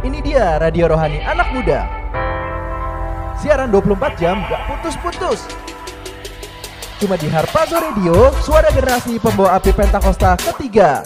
Ini dia Radio Rohani Anak Muda. Siaran 24 jam gak putus-putus. Cuma di Harpazo Radio, suara generasi pembawa api Pentakosta ketiga.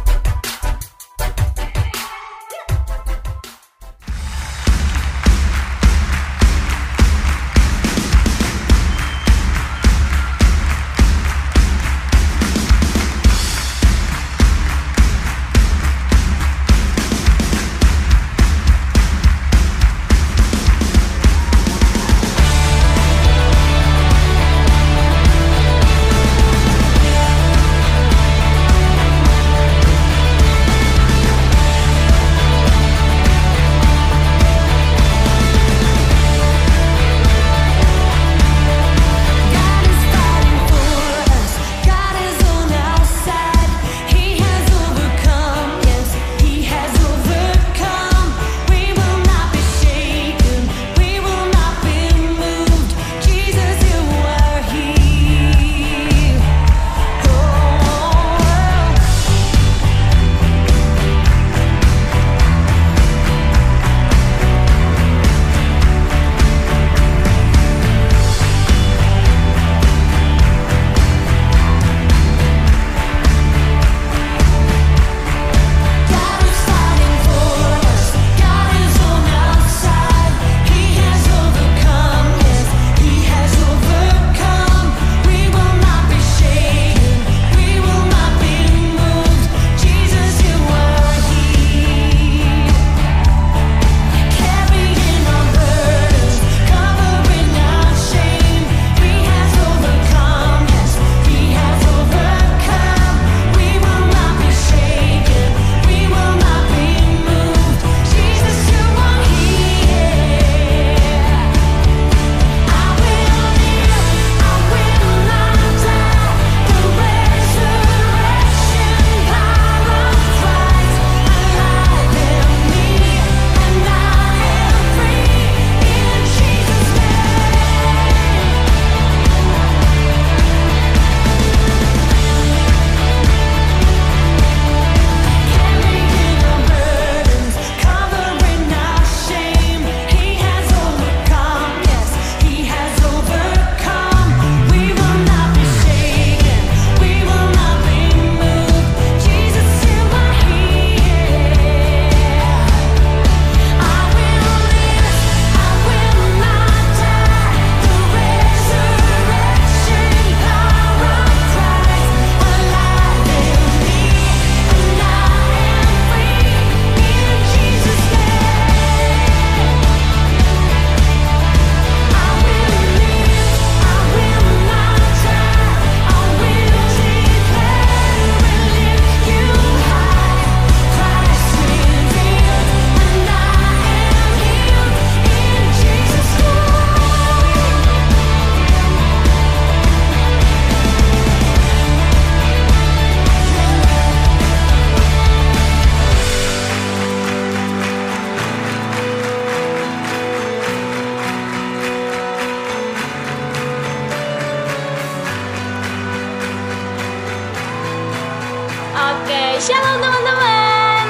Shalom teman-teman.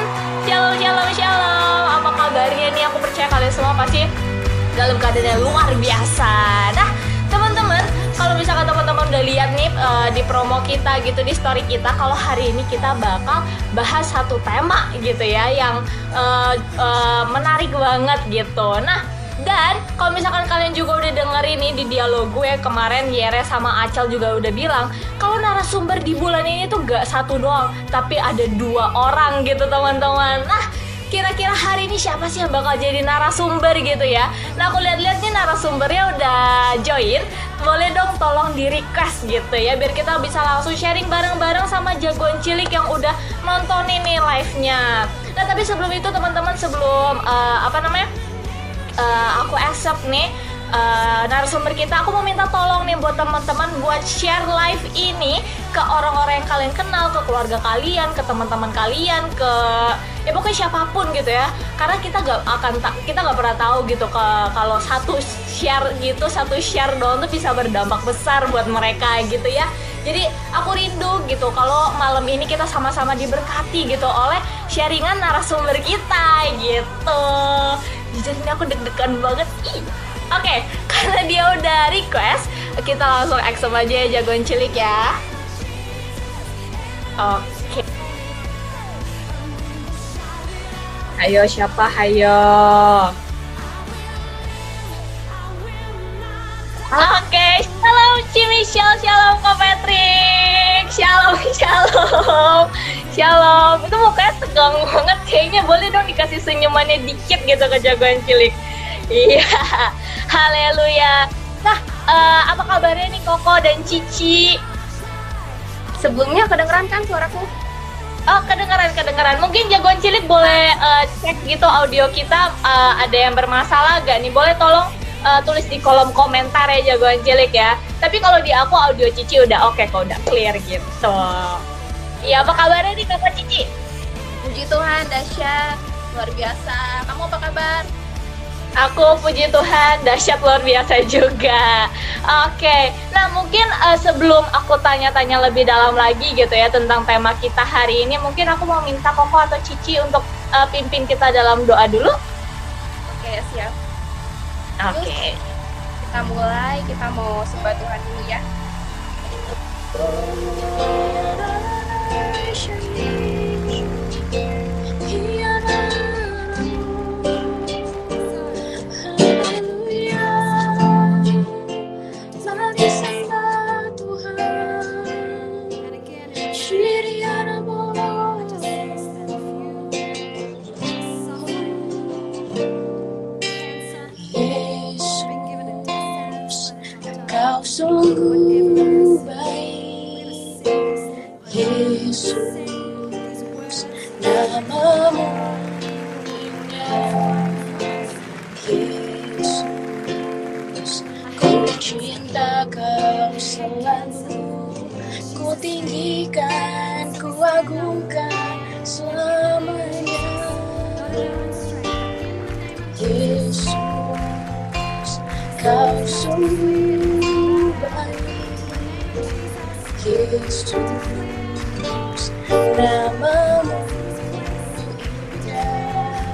Shalom. Apa kabarnya nih? Aku percaya kalian semua pasti dalam keadaan yang luar biasa. Nah, teman-teman, kalau misalkan teman-teman udah lihat nih di promo kita gitu, di story kita, kalau hari ini kita bakal bahas satu tema gitu ya yang menarik banget gitu. Nah, dan kalau misalkan kalian juga udah denger ini di dialog gue kemarin, Yere sama Acel juga udah bilang kalau narasumber di bulan ini tuh gak satu doang, tapi ada 2 orang gitu teman-teman. Nah, kira-kira hari ini siapa sih yang bakal jadi narasumber gitu ya? Nah, aku lihat-lihat nih narasumbernya udah join. Boleh dong tolong di request gitu ya, biar kita bisa langsung sharing bareng-bareng sama jagoan cilik yang udah nonton ini live-nya. Nah, tapi sebelum itu teman-teman, sebelum aku accept nih narasumber kita, aku mau minta tolong nih buat teman-teman buat share live ini ke orang-orang yang kalian kenal, ke keluarga kalian, ke teman-teman kalian, ke ya pokoknya siapapun gitu ya. Karena kita nggak pernah tahu gitu kalau satu share doang tuh bisa berdampak besar buat mereka gitu ya. Jadi aku rindu gitu kalau malam ini kita sama-sama diberkati gitu oleh sharingan narasumber kita gitu. Jujur ini aku deg-degan banget. Oke, karena dia udah request, kita langsung accept aja ya jagoan cilik ya. Oke. Ayo siapa? Ayo. Oke, shalom Cimichelle, shalom Kak Patrick, shalom, shalom, shalom. Itu mukanya tegang banget, kayaknya boleh dong dikasih senyumannya dikit gitu ke jagoan cilik. Iya, haleluya. Nah, apa kabarnya nih Koko dan Cici? Sebelumnya kedengeran kan suaraku? Oh, kedengeran. Mungkin jagoan cilik boleh cek gitu audio kita ada yang bermasalah gak nih? Boleh tolong tulis di kolom komentar ya jagoan cilik ya. Tapi kalau di aku audio Cici udah oke kok, udah clear gitu. Iya, apa kabarnya nih Kakak Cici? Puji Tuhan, dahsyat, luar biasa. Kamu apa kabar? Aku puji Tuhan, dahsyat luar biasa juga. Oke, nah mungkin sebelum aku tanya-tanya lebih dalam lagi gitu ya tentang tema kita hari ini, mungkin aku mau minta Koko atau Cici untuk pimpin kita dalam doa dulu. Oke, siap. Oke. Kita mulai, kita mau sembah Tuhan dulu ya. Sungguh baik, Yesus, namamu indah, Yesus, ku cinta kau selalu, ku tinggikan, ku agungkan selamanya, Yesus, kau sungguh Yesus, namamu indah,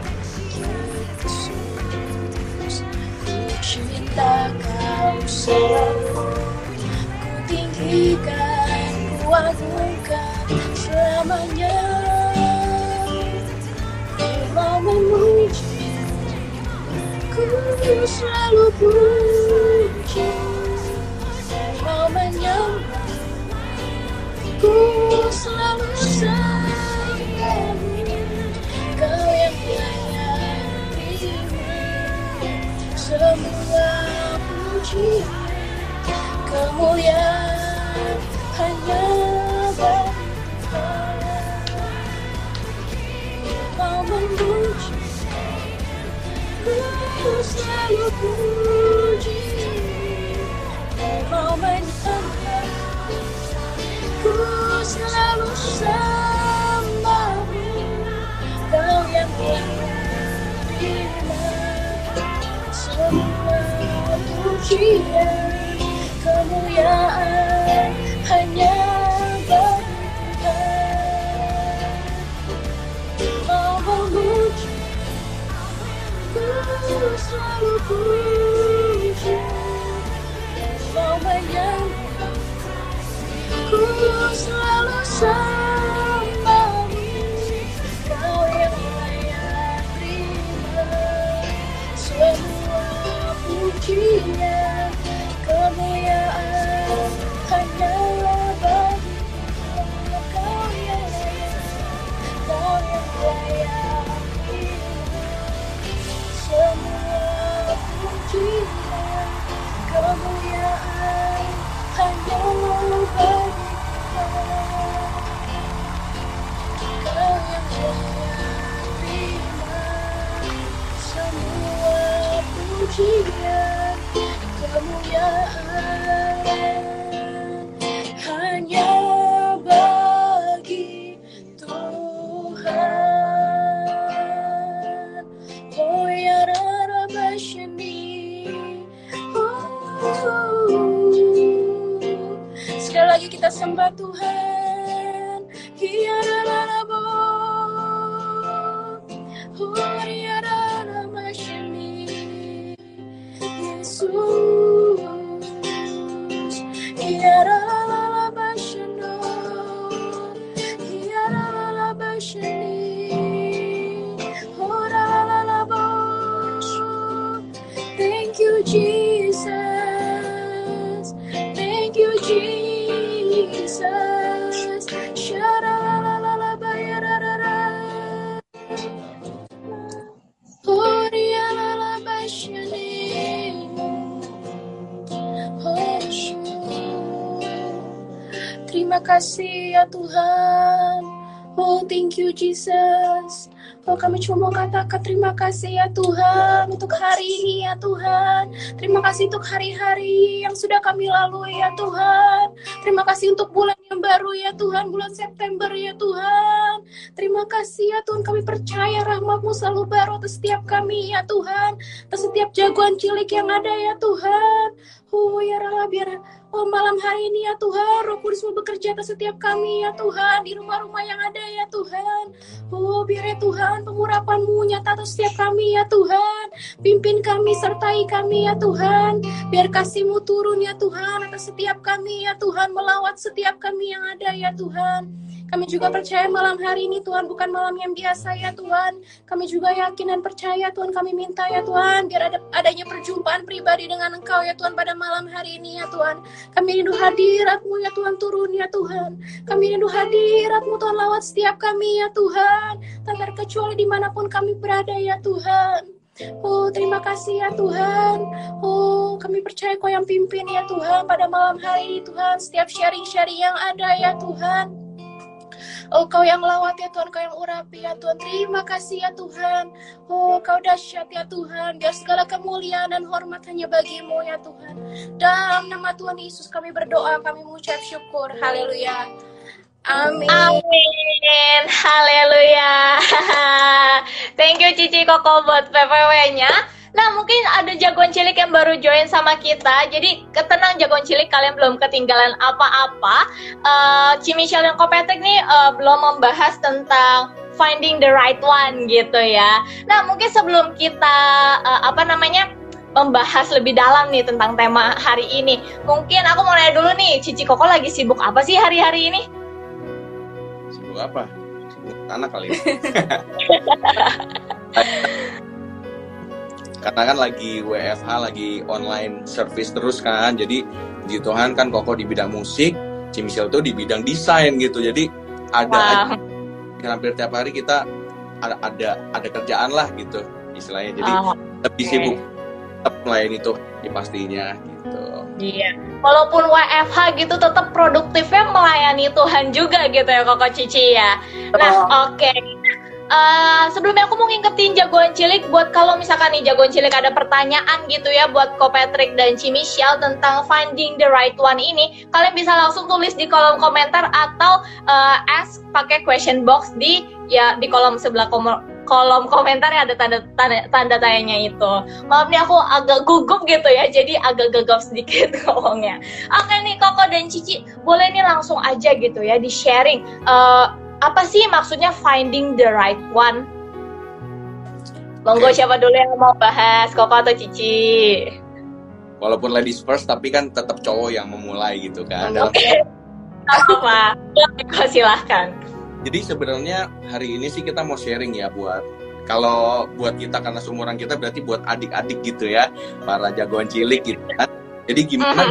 Yesus, ku cinta kau selalu, ku tinggikan, ku agungkan selamanya, ku mau memuji, ku selalu puji, mau menyembah, ku selalu sayang, kau yang layak terima semua pujian, kemuliaan hanya bagi Kau. Mau memuji, ku selalu puji, mau menyembah, ku selalu sembahmu, kau yang layak terima semua pujian, kemuliaan hanya bagi Tuhan. Mau memuji, ku selalu puji, mau menyembah, ku selalu sembahmu, kau yang layak terima semua pujian, kemuliaan hanya bagi Tuhan. Kau yang layak, kau yang layak terima semua sembah Tuhan. Hiaralabo, huriarala shani, Yesus. Hiaralaba shano, hiaralaba shani, horalabo. Thank you, Jesus. Thank you, Jesus. Sharalalabayarara. Orialalabashani. Terima kasih ya Tuhan. Oh, thank you Jesus. Oh, kami cuma mau katakan terima kasih ya Tuhan untuk hari ini ya Tuhan. Terima kasih untuk hari-hari yang sudah kami lalui ya Tuhan. Terima kasih untuk bulan yang baru ya Tuhan, bulan September ya Tuhan. Terima kasih ya Tuhan, kami percaya rahmat-Mu selalu baru atas setiap kami ya Tuhan. Atas setiap jagoan cilik yang ada ya Tuhan. Oh ya Allah, biar malam hari ini ya Tuhan, Roh Kudus-Mu bekerja atas setiap kami ya Tuhan, di rumah-rumah yang ada ya Tuhan. Oh biar ya Tuhan, pengurapan-Mu nyata atas setiap kami ya Tuhan. Pimpin kami, sertai kami ya Tuhan. Biar kasih-Mu turun ya Tuhan atas setiap kami ya Tuhan, melawat setiap kami yang ada ya Tuhan. Kami juga percaya malam hari ini Tuhan bukan malam yang biasa ya Tuhan. Kami juga yakin dan percaya Tuhan, kami minta ya Tuhan, biar adanya perjumpaan pribadi dengan Engkau ya Tuhan pada malam hari ini ya Tuhan. Kami rindu hadirat-Mu ya Tuhan, turun ya Tuhan. Kami rindu hadirat-Mu Tuhan, lawat setiap kami ya Tuhan. Tak terkecuali dimanapun kami berada ya Tuhan. Oh terima kasih ya Tuhan. Oh kami percaya Kau yang pimpin ya Tuhan pada malam hari ini Tuhan. Setiap sharing-sharing yang ada ya Tuhan. Oh Kau yang lawat ya Tuhan, Kau yang urapi ya Tuhan. Terima kasih ya Tuhan. Oh Kau dahsyat ya Tuhan. Biar segala kemuliaan dan hormat hanya bagi-Mu ya Tuhan. Dalam nama Tuhan Yesus kami berdoa, kami mengucap syukur. Haleluya. Amin. Amin. Haleluya. Thank you Cici Koko buat PPW-nya. Nah, mungkin ada jagoan cilik yang baru join sama kita. Jadi, tenang jagoan cilik, kalian belum ketinggalan apa-apa. Cimichelle dan Ko Patrick nih belum membahas tentang finding the right one gitu ya. Nah, mungkin sebelum kita membahas lebih dalam nih tentang tema hari ini, mungkin aku mau nanya dulu nih, Cici Koko lagi sibuk apa sih hari-hari ini? Sibuk apa? Sibuk anak kali ya. Karena kan lagi WFH, lagi online service terus kan. Jadi puji Tuhan kan Koko di bidang musik, Cimichelle tuh di bidang desain gitu. Jadi ada hampir tiap hari kita ada kerjaan lah gitu istilahnya. Jadi lebih sibuk tetap melayani Tuhan pastinya gitu. Iya. Walaupun WFH gitu tetap produktifnya melayani Tuhan juga gitu ya Koko Cici ya. Nah, oke. Sebelumnya aku mau ngingetin jagoan cilik buat kalau misalkan nih jagoan cilik ada pertanyaan gitu ya buat Ko Patrick dan Cimichelle tentang finding the right one ini, kalian bisa langsung tulis di kolom komentar atau ask pakai question box di kolom sebelah kolom komentar ya, ada tanda tanyanya itu. Maaf nih aku agak gugup gitu ya, jadi agak gagap sedikit ngomongnya. Oke nih Koko dan Cici, boleh nih langsung aja gitu ya di sharing. Apa sih maksudnya finding the right one? Monggo siapa dulu yang mau bahas, Koko atau Cici? Walaupun ladies first, tapi kan tetap cowok yang memulai gitu kan. Oke. Apa? Silahkan. Jadi sebenarnya hari ini sih kita mau sharing ya buat kita karena seumuran kita berarti buat adik-adik gitu ya, para jagoan cilik gitu kan. Jadi gimana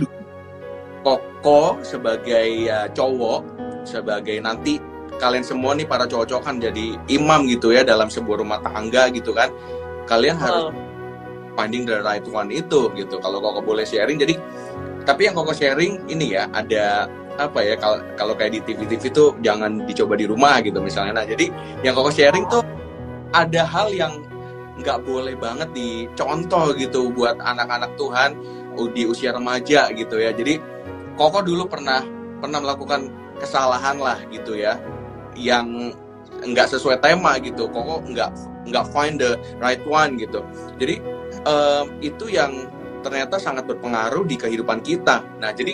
Koko sebagai cowok, sebagai nanti kalian semua nih para cowok-cowok kan jadi imam gitu ya dalam sebuah rumah tangga gitu kan. Kalian harus finding the right one itu gitu. Kalau Koko boleh sharing, jadi tapi yang Koko sharing ini ya ada apa ya, kalau kayak di TV-TV tuh jangan dicoba di rumah gitu misalnya. Nah jadi yang Koko sharing tuh ada hal yang nggak boleh banget dicontoh gitu buat anak-anak Tuhan di usia remaja gitu ya. Jadi Koko dulu pernah melakukan kesalahan lah gitu ya, yang nggak sesuai tema gitu. Koko nggak find the right one gitu. Jadi itu yang ternyata sangat berpengaruh di kehidupan kita. Nah jadi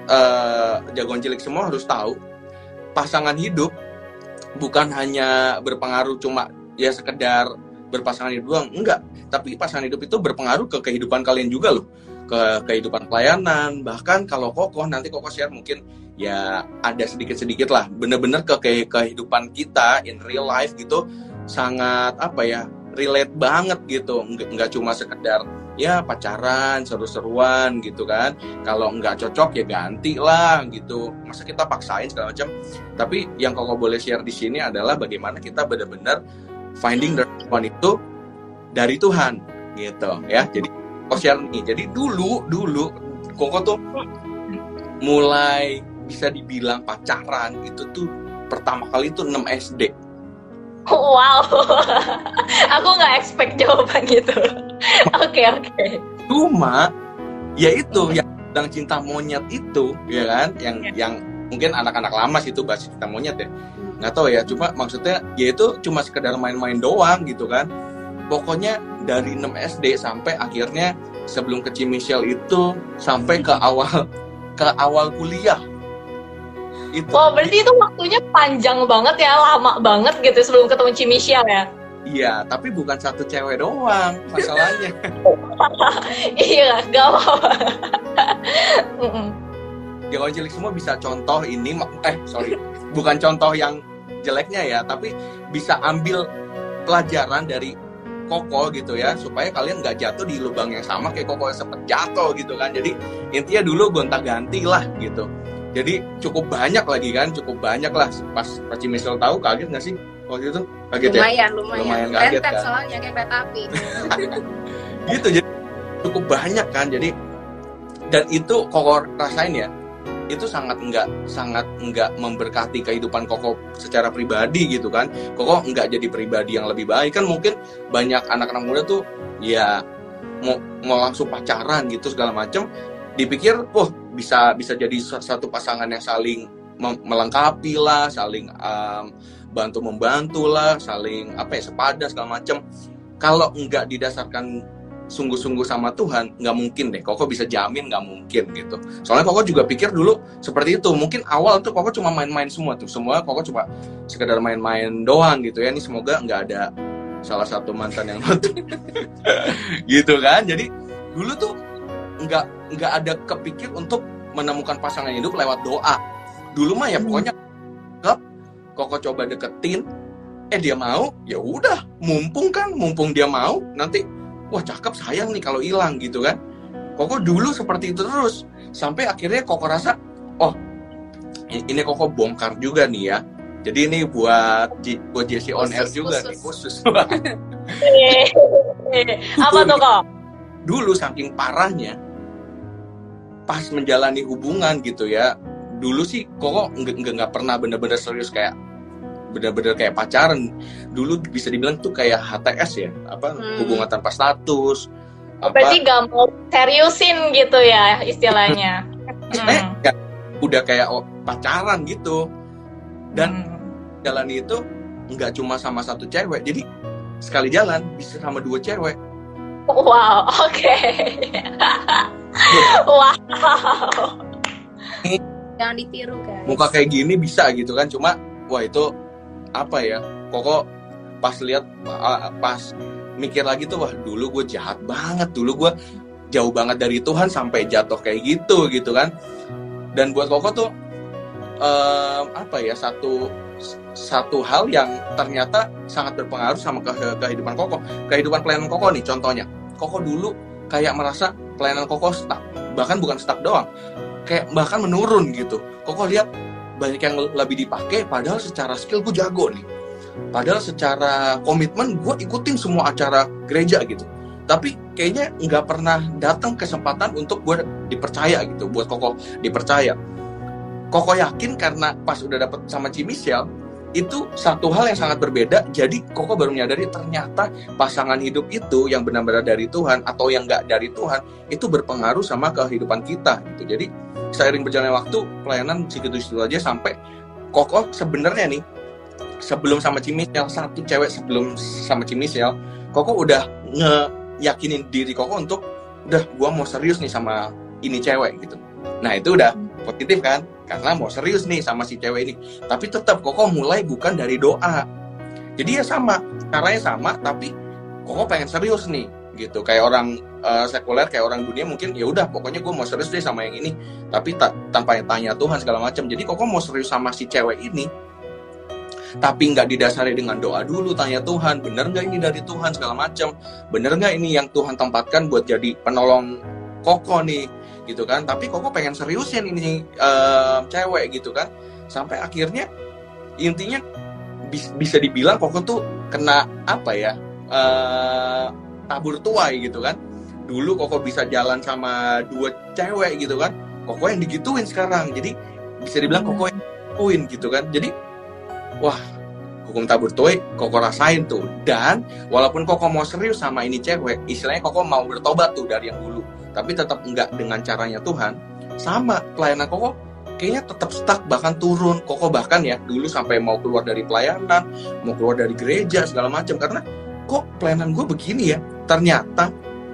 jagoan cilik semua harus tahu, pasangan hidup bukan hanya berpengaruh cuma ya sekedar berpasangan hidup doang, enggak. Tapi pasangan hidup itu berpengaruh ke kehidupan kalian juga loh, ke kehidupan pelayanan. Bahkan kalau Koko, nanti Koko share mungkin ya ada sedikit-sedikit lah, bener-bener ke kehidupan kita in real life gitu, sangat apa ya, relate banget gitu. Enggak cuma sekedar ya pacaran, seru-seruan gitu kan. Kalau nggak cocok ya ganti lah gitu. Masa kita paksain segala macam. Tapi yang Koko boleh share di sini adalah bagaimana kita benar-benar finding the one itu dari Tuhan gitu ya. Jadi Koko share nih. Jadi dulu Koko tuh mulai bisa dibilang pacaran itu tuh pertama kali itu 6 SD. Wow, aku nggak expect jawaban gitu. Oke. Cuma, ya itu yang sedang cinta monyet itu, ya kan? Yang mungkin anak-anak lama sih itu bahas cinta monyet ya. Nggak tahu ya, cuma maksudnya ya itu cuma sekedar main-main doang gitu kan. Pokoknya dari 6 SD sampai akhirnya sebelum ke Cimisil itu sampai ke awal kuliah. Itu. Wow, berarti itu waktunya panjang banget ya, lama banget gitu sebelum ketemu Cimisil ya? Iya, tapi bukan satu cewek doang masalahnya. Iya, gak apa-apa. Jagoan cilik semua bisa contoh ini, bukan contoh yang jeleknya ya, tapi bisa ambil pelajaran dari Koko gitu ya, supaya kalian nggak jatuh di lubang yang sama kayak Koko yang sempat jatuh gitu kan. Jadi intinya dulu gonta-ganti lah gitu. Jadi cukup banyak lah. Pas Cimisil tahu, kaget nggak sih waktu itu? Kaget lumayan kaget kan? kan. Soalnya kayak kereta api. Gitu, jadi cukup banyak kan. Jadi dan itu Koko rasain ya, itu sangat enggak memberkati kehidupan Koko secara pribadi gitu kan. Koko enggak jadi pribadi yang lebih baik kan. Mungkin banyak anak-anak muda tuh ya mau langsung pacaran gitu segala macam, dipikir bisa jadi satu pasangan yang saling melengkapi lah, saling bantu-membantu lah, saling sepadan segala macam. Kalau enggak didasarkan sungguh-sungguh sama Tuhan, nggak mungkin deh. Koko bisa jamin nggak mungkin gitu. Soalnya Koko juga pikir dulu seperti itu. Mungkin awal tuh Koko cuma main-main semua tuh. Semua Koko cuma sekedar main-main doang gitu ya. Ini semoga nggak ada salah satu mantan yang nonton. Gitu kan. Jadi dulu tuh nggak ada kepikir untuk menemukan pasangan hidup lewat doa. Dulu mah ya pokoknya Koko coba deketin, dia mau, ya udah, mumpung dia mau, nanti wah cakep, sayang nih kalau hilang gitu kan. Koko dulu seperti itu terus sampai akhirnya Koko rasa, ini Koko bongkar juga nih ya. Jadi ini buat Jesse on air juga nih, khusus. Apa tuh Kok? Dulu saking parahnya pas menjalani hubungan gitu ya. Dulu sih Koko nggak pernah bener-bener serius kayak bener-bener kayak pacaran. Dulu bisa dibilang tuh kayak HTS ya, hubungan tanpa status. Berarti gak mau seriusin gitu ya istilahnya. Ya, udah kayak pacaran gitu. Dan jalan itu nggak cuma sama satu cewek, jadi sekali jalan bisa sama 2 cewek. Wow, oke. Wow. Jangan ditiru guys. Muka kayak gini bisa gitu kan, cuma wah itu Koko pas lihat, pas mikir lagi tuh, wah dulu gue jahat banget, dulu gue jauh banget dari Tuhan sampai jatuh kayak gitu kan. Dan buat Koko tuh satu hal yang ternyata sangat berpengaruh sama kehidupan Koko, kehidupan pelayanan Koko nih. Contohnya Koko dulu kayak merasa pelayanan Koko stuck, bahkan bukan stuck doang, kayak bahkan menurun gitu. Koko lihat banyak yang lebih dipakai, padahal secara skill gue jago nih, padahal secara komitmen gue ikutin semua acara gereja gitu, tapi kayaknya nggak pernah datang kesempatan untuk gue dipercaya gitu, buat Koko dipercaya. Koko yakin karena pas udah dapet sama Cimisil, itu satu hal yang sangat berbeda. Jadi Koko baru menyadari ternyata pasangan hidup itu yang benar-benar dari Tuhan atau yang nggak dari Tuhan itu berpengaruh sama kehidupan kita gitu. Jadi seiring berjalannya waktu, pelayanan situ-situ aja sampai Koko sebenarnya nih sebelum sama Cimisil, satu cewek sebelum sama Cimisil, Koko udah ngeyakinin diri Koko untuk udah gua mau serius nih sama ini cewek gitu. Nah itu udah positif kan, karena mau serius nih sama si cewek ini. Tapi tetap Koko mulai bukan dari doa. Jadi ya sama, caranya sama, tapi Koko pengen serius nih, gitu. Kayak orang sekuler, kayak orang dunia mungkin ya udah, pokoknya gue mau serius deh sama yang ini, tapi tanpa tanya Tuhan segala macam. Jadi Koko mau serius sama si cewek ini, tapi nggak didasari dengan doa dulu, tanya Tuhan, bener nggak ini dari Tuhan segala macam, bener nggak ini yang Tuhan tempatkan buat jadi penolong Koko nih, gitu kan. Tapi Koko pengen seriusin ini cewek gitu kan, sampai akhirnya intinya bisa dibilang Koko tuh kena apa ya, tabur tuai gitu kan. Dulu Koko bisa jalan sama 2 cewek gitu kan, Koko yang digituin sekarang. Jadi bisa dibilang Koko yang digituin gitu kan. Jadi wah, hukum tabur tuai Koko rasain tuh. Dan walaupun Koko mau serius sama ini cewek, istilahnya Koko mau bertobat tuh dari yang dulu, tapi tetap enggak dengan caranya Tuhan. Sama pelayanan Koko kayaknya tetap stuck, bahkan turun. Koko bahkan ya dulu sampai mau keluar dari pelayanan, mau keluar dari gereja segala macam, karena kok pelayanan gue begini ya. Ternyata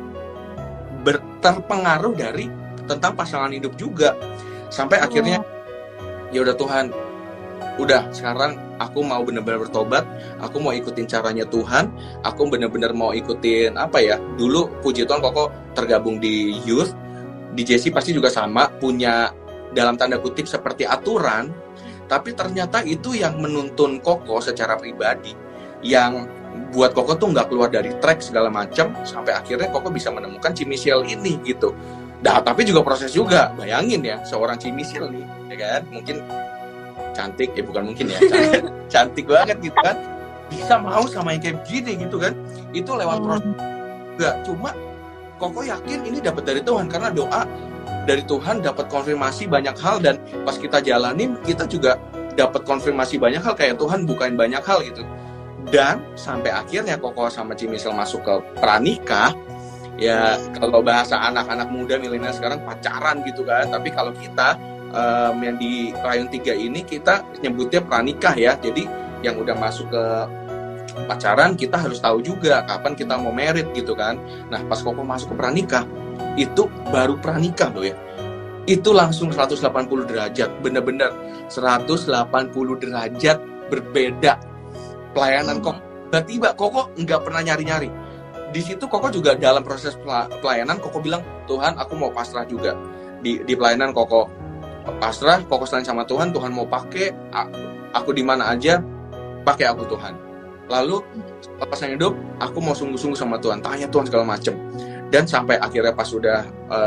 terpengaruh dari tentang pasangan hidup juga. Sampai akhirnya ya udah Tuhan, udah sekarang aku mau benar-benar bertobat, aku mau ikutin caranya Tuhan, aku benar-benar mau ikutin apa ya. Dulu puji Tuhan Koko tergabung di youth, di JC pasti juga sama, punya dalam tanda kutip seperti aturan, tapi ternyata itu yang menuntun Koko secara pribadi, yang buat Koko tuh nggak keluar dari track segala macam, sampai akhirnya Koko bisa menemukan Cimisil ini gitu. Nah, tapi juga proses juga, bayangin ya, seorang Cimisil nih, ya kan, mungkin cantik, bukan mungkin ya, cantik banget gitu kan, bisa mau sama yang kayak begini gitu kan, itu lewat proses juga. Cuma Koko yakin ini dapat dari Tuhan, karena doa dari Tuhan, dapat konfirmasi banyak hal, dan pas kita jalanin kita juga dapat konfirmasi banyak hal, kayak Tuhan bukain banyak hal gitu. Dan sampai akhirnya Koko sama Cimisil masuk ke pranikah. Ya kalau bahasa anak-anak muda milenial sekarang pacaran gitu kan, tapi kalau kita yang di Rayon 3 ini kita nyebutnya pranikah ya. Jadi yang udah masuk ke pacaran, kita harus tahu juga kapan kita mau married gitu kan. Nah pas Koko masuk ke pranikah, itu baru pranikah loh ya, itu langsung 180 derajat, bener-bener 180 derajat berbeda pelayanan Koko. Tiba-tiba Koko nggak pernah nyari-nyari. Di situ Koko juga dalam proses pelayanan, Koko bilang, Tuhan aku mau pasrah juga. Di pelayanan Koko pasrah, Koko selain sama Tuhan, Tuhan mau pakai aku di mana aja, pakai aku Tuhan. Lalu pasangan hidup, aku mau sungguh-sungguh sama Tuhan, tanya Tuhan segala macem. Dan sampai akhirnya pas sudah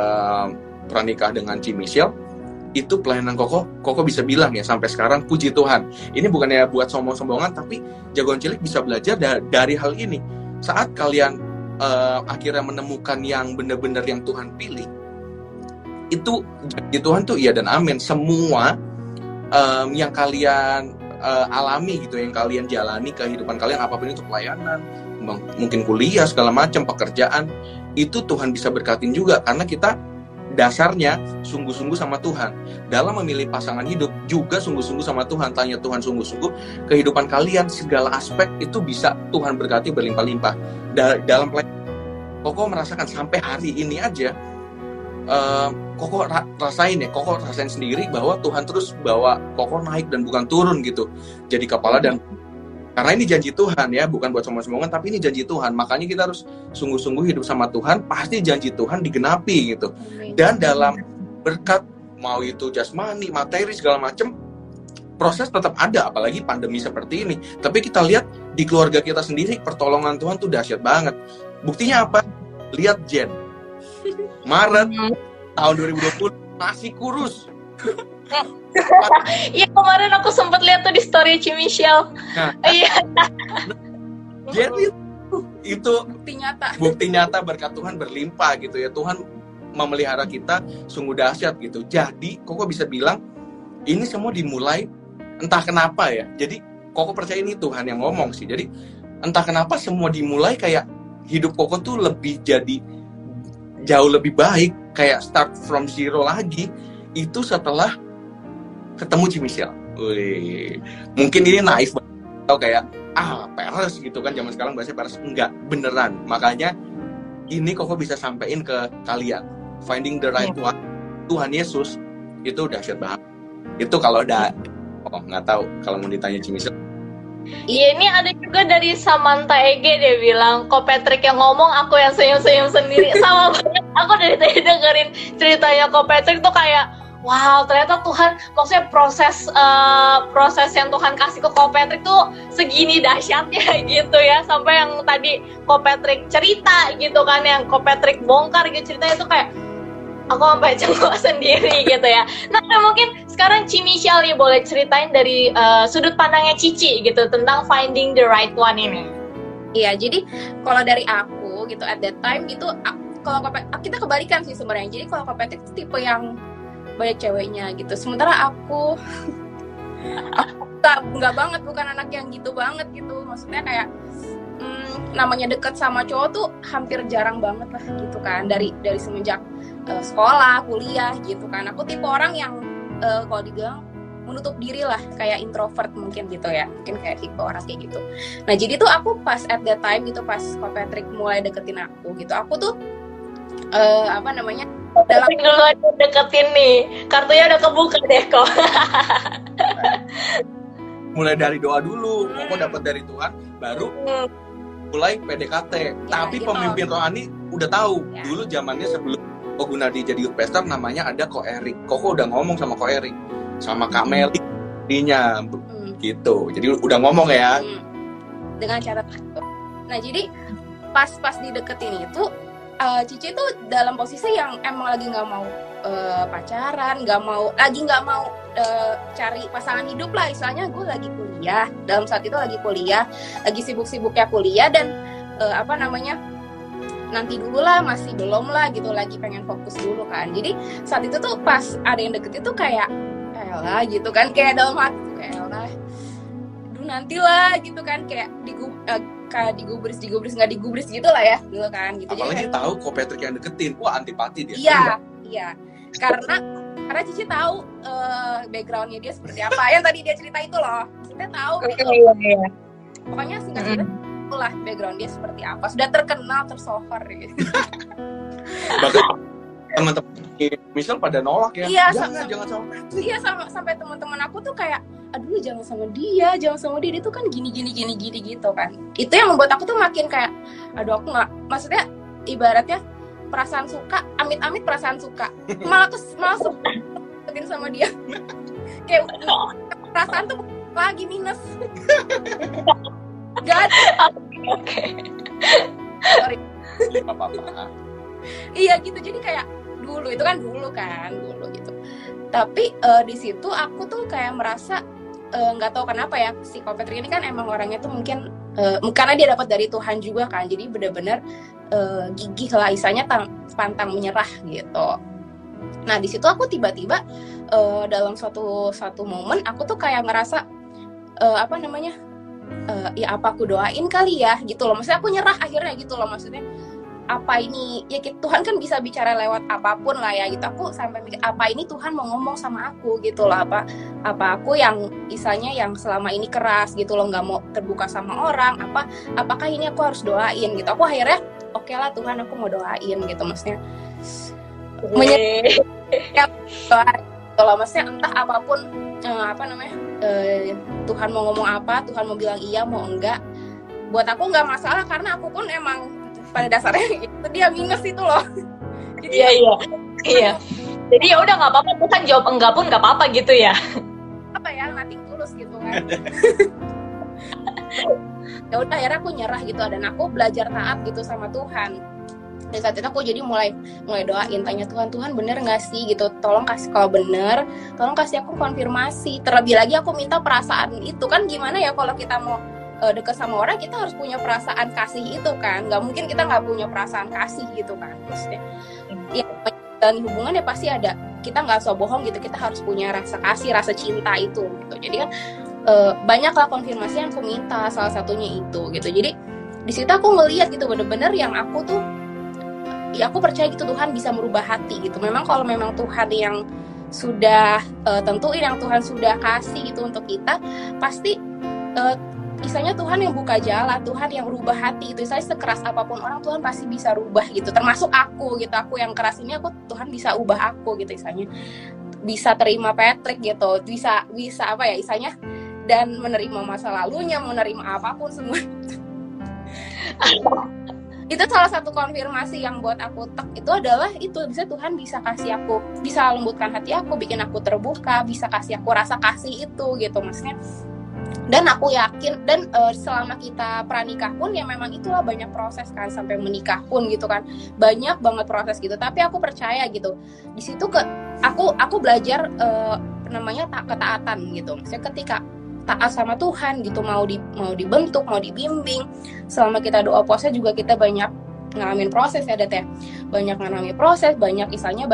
pranikah dengan Cimisil, itu pelayanan Koko bisa bilang ya sampai sekarang, puji Tuhan. Ini bukannya buat sombong-sombongan, tapi Jagoan Cilik bisa belajar dari hal ini. Saat kalian akhirnya menemukan yang benar-benar yang Tuhan pilih, itu janji Tuhan tuh iya dan amin. Semua yang kalian alami gitu, yang kalian jalani kehidupan kalian, apapun itu pelayanan, mungkin kuliah segala macam, pekerjaan, itu Tuhan bisa berkatin juga, karena kita dasarnya sungguh-sungguh sama Tuhan. Dalam memilih pasangan hidup juga sungguh-sungguh sama Tuhan, tanya Tuhan sungguh-sungguh, kehidupan kalian segala aspek itu bisa Tuhan berkati berlimpah-limpah. Dalam pelayanan Koko merasakan sampai hari ini aja, Koko rasain sendiri bahwa Tuhan terus bawa Koko naik dan bukan turun gitu, jadi kepala. Dan karena ini janji Tuhan ya, bukan buat sombong-sombongan, tapi ini janji Tuhan, makanya kita harus sungguh-sungguh hidup sama Tuhan, pasti janji Tuhan digenapi gitu. Dan dalam berkat, mau itu jasmani, materi segala macam, proses tetap ada, apalagi pandemi seperti ini. Tapi kita lihat di keluarga kita sendiri, pertolongan Tuhan tuh dahsyat banget. Buktinya apa? Lihat Jen, Maret tahun 2020 masih kurus. Iya, kemarin aku sempat lihat tuh di story Cimisil. Iya. Jadi itu bukti nyata berkat Tuhan berlimpah gitu ya. Tuhan memelihara kita sungguh dahsyat gitu. Jadi Koko bisa bilang ini semua dimulai entah kenapa ya. Jadi Koko percaya ini Tuhan yang ngomong sih. Jadi entah kenapa semua dimulai kayak hidup Koko tuh lebih jadi jauh lebih baik, kayak start from zero lagi. Itu setelah ketemu Cimisil. Mungkin ini naif banget, atau kayak peres gitu kan, zaman sekarang bahasa peres. Enggak, beneran. Makanya ini Koko bisa sampein ke kalian, finding the right one, Tuhan Yesus Itu dahsyat banget. Itu kalau nggak tahu kalau mau ditanya Cimisel. Iya, ini ada juga dari Samantha Ege, dia bilang, kok Patrick yang ngomong, aku yang senyum-senyum sendiri. Sama banget, aku dari tadi dengerin ceritanya kok Patrick tuh kayak, wow, ternyata Tuhan, maksudnya proses yang Tuhan kasih ke Ko Patrick tuh segini dahsyatnya gitu ya. Sampai yang tadi Ko Patrick cerita gitu kan, yang Ko Patrick bongkar gitu ceritanya tuh kayak, aku sampai cengok sendiri gitu ya. Nah, mungkin sekarang Cimichelle nih boleh ceritain dari sudut pandangnya Cici gitu tentang finding the right one ini. Iya, jadi kalau dari aku gitu at that time gitu, kalau kita kebalikan sih sebenarnya. Jadi kalau Patrick itu tipe yang banyak ceweknya gitu. Sementara aku nggak banget, bukan anak yang gitu banget gitu. Maksudnya kayak namanya deket sama cowok tuh hampir jarang banget lah gitu kan. Dari semenjak sekolah, kuliah gitu kan. Aku tipe orang yang kalau dibilang menutup diri lah, kayak introvert mungkin gitu ya. Mungkin kayak tipe orang kayak gitu. Nah, jadi tuh aku pas at that time gitu, pas Ko Patrick mulai deketin aku gitu, aku tuh dalam dulu aja deketin nih, kartunya udah kebuka deh kok. Mulai dari doa dulu, kok dapat dari Tuhan, baru mulai PDKT. Ya, tapi gitu. pemimpin rohani udah tahu. Ya. Dulu zamannya sebelum Ko Gunardi jadi youth pastor, namanya ada Ko Erik. Koko udah ngomong sama Ko Erik, sama Kak Meli, gitu. Jadi udah ngomong ya. Dengan cara itu. Nah, jadi pas dideketin itu, Cici tuh dalam posisi yang emang lagi nggak mau pacaran, nggak mau cari pasangan hidup lah. Istilahnya gue lagi kuliah, dalam saat itu lagi kuliah, lagi sibuk-sibuknya kuliah dan nanti dulu lah, masih belum lah gitu, lagi pengen fokus dulu kan. Jadi saat itu tuh pas ada yang deket itu kayak elah gitu kan, kayak dalam hati tuh kayak elah, nantilah gitu kan, kayak digubris nggak digubris gitu lah ya dulu kan gitu. Apalagi jadi tahu Ko Patrick yang deketin, wah antipati dia. Iya karena Cici tahu backgroundnya dia seperti apa, yang tadi dia cerita itu loh, kita tahu gitu. Pokoknya singkat cerita itulah background dia seperti apa, sudah terkenal tersohor gitu. Bahkan teman-teman misal pada nolak ya, Iya, jangan sama Patrick. Iya, sampai teman-teman aku tuh kayak, aduh jangan sama dia tuh kan gini gitu kan. Itu yang membuat aku tuh makin kayak, aduh aku nggak, maksudnya ibaratnya perasaan suka, amit-amit perasaan suka, malah suka sama dia. Kayak perasaan tuh lagi minus. Gak ada. Oke. Sorry. Apa-apa. Iya gitu, jadi kayak dulu gitu. Tapi di situ aku tuh kayak merasa nggak tahu kenapa ya, si Ko Patrick ini kan emang orangnya tuh mungkin karena dia dapat dari Tuhan juga kan, jadi benar-benar gigih lah, isanya pantang menyerah gitu. Nah di situ aku tiba-tiba dalam suatu momen aku tuh kayak ngerasa ya apa aku doain kali ya gitu loh, maksudnya aku nyerah akhirnya gitu loh, maksudnya apa ini ya, Tuhan kan bisa bicara lewat apapun lah ya gitu. Aku sampai mikir apa ini Tuhan mau ngomong sama aku gitu loh, apa aku yang isanya yang selama ini keras gitu loh, nggak mau terbuka sama orang, apakah ini aku harus doain gitu. Aku akhirnya oke lah Tuhan, aku mau doain gitu, maksudnya doa gitu loh, maksudnya entah apapun Tuhan mau ngomong apa, Tuhan mau bilang iya mau enggak, buat aku nggak masalah, karena aku pun emang pada dasarnya itu dia minus itu loh. Jadi, iya. Jadi ya udah nggak apa-apa, Tuhan jawab enggak pun nggak apa-apa gitu ya. apa ya, nothing tulus gitu kan. Ya udah akhirnya aku nyerah gitu, dan aku belajar taat gitu sama Tuhan. Dan saat itu aku jadi mulai doain, tanya Tuhan bener nggak sih gitu, tolong kasih, kalau bener tolong kasih aku konfirmasi. Terlebih lagi aku minta perasaan itu kan, gimana ya kalau kita mau deket sama orang, kita harus punya perasaan kasih itu kan, nggak mungkin kita nggak punya perasaan kasih gitu kan, maksudnya ya dan hubungan ya pasti ada, kita nggak usah bohong gitu, kita harus punya rasa kasih, rasa cinta itu gitu. Jadi kan banyaklah konfirmasi yang aku minta, salah satunya itu gitu. Jadi di situ aku ngelihat gitu bener-bener yang aku tuh ya aku percaya gitu Tuhan bisa merubah hati gitu. Memang kalau memang Tuhan yang sudah tentuin, yang Tuhan sudah kasih gitu untuk kita, pasti istilahnya Tuhan yang buka jalan, Tuhan yang rubah hati itu. Saya sekeras apapun orang, Tuhan pasti bisa rubah gitu. Termasuk aku gitu, aku yang keras ini, Tuhan bisa ubah aku gitu istilahnya. bisa terima Patrick gitu, bisa apa ya isanya, dan menerima masa lalunya, menerima apapun semua. Itu salah satu konfirmasi yang buat aku itu adalah itu Tuhan bisa kasih aku, bisa lembutkan hati aku, bikin aku terbuka, bisa kasih aku rasa kasih itu gitu maksudnya. Dan aku yakin, dan selama kita pranikah pun ya memang itulah banyak proses kan, sampai menikah pun gitu kan, banyak banget proses gitu. Tapi aku percaya gitu, di situ aku belajar namanya ketaatan gitu. Maksudnya ketika taat sama Tuhan gitu, mau dibentuk, mau dibimbing, selama kita doa puasa juga kita banyak ngalamin proses ya, Det ya. Banyak ngalamin proses, banyak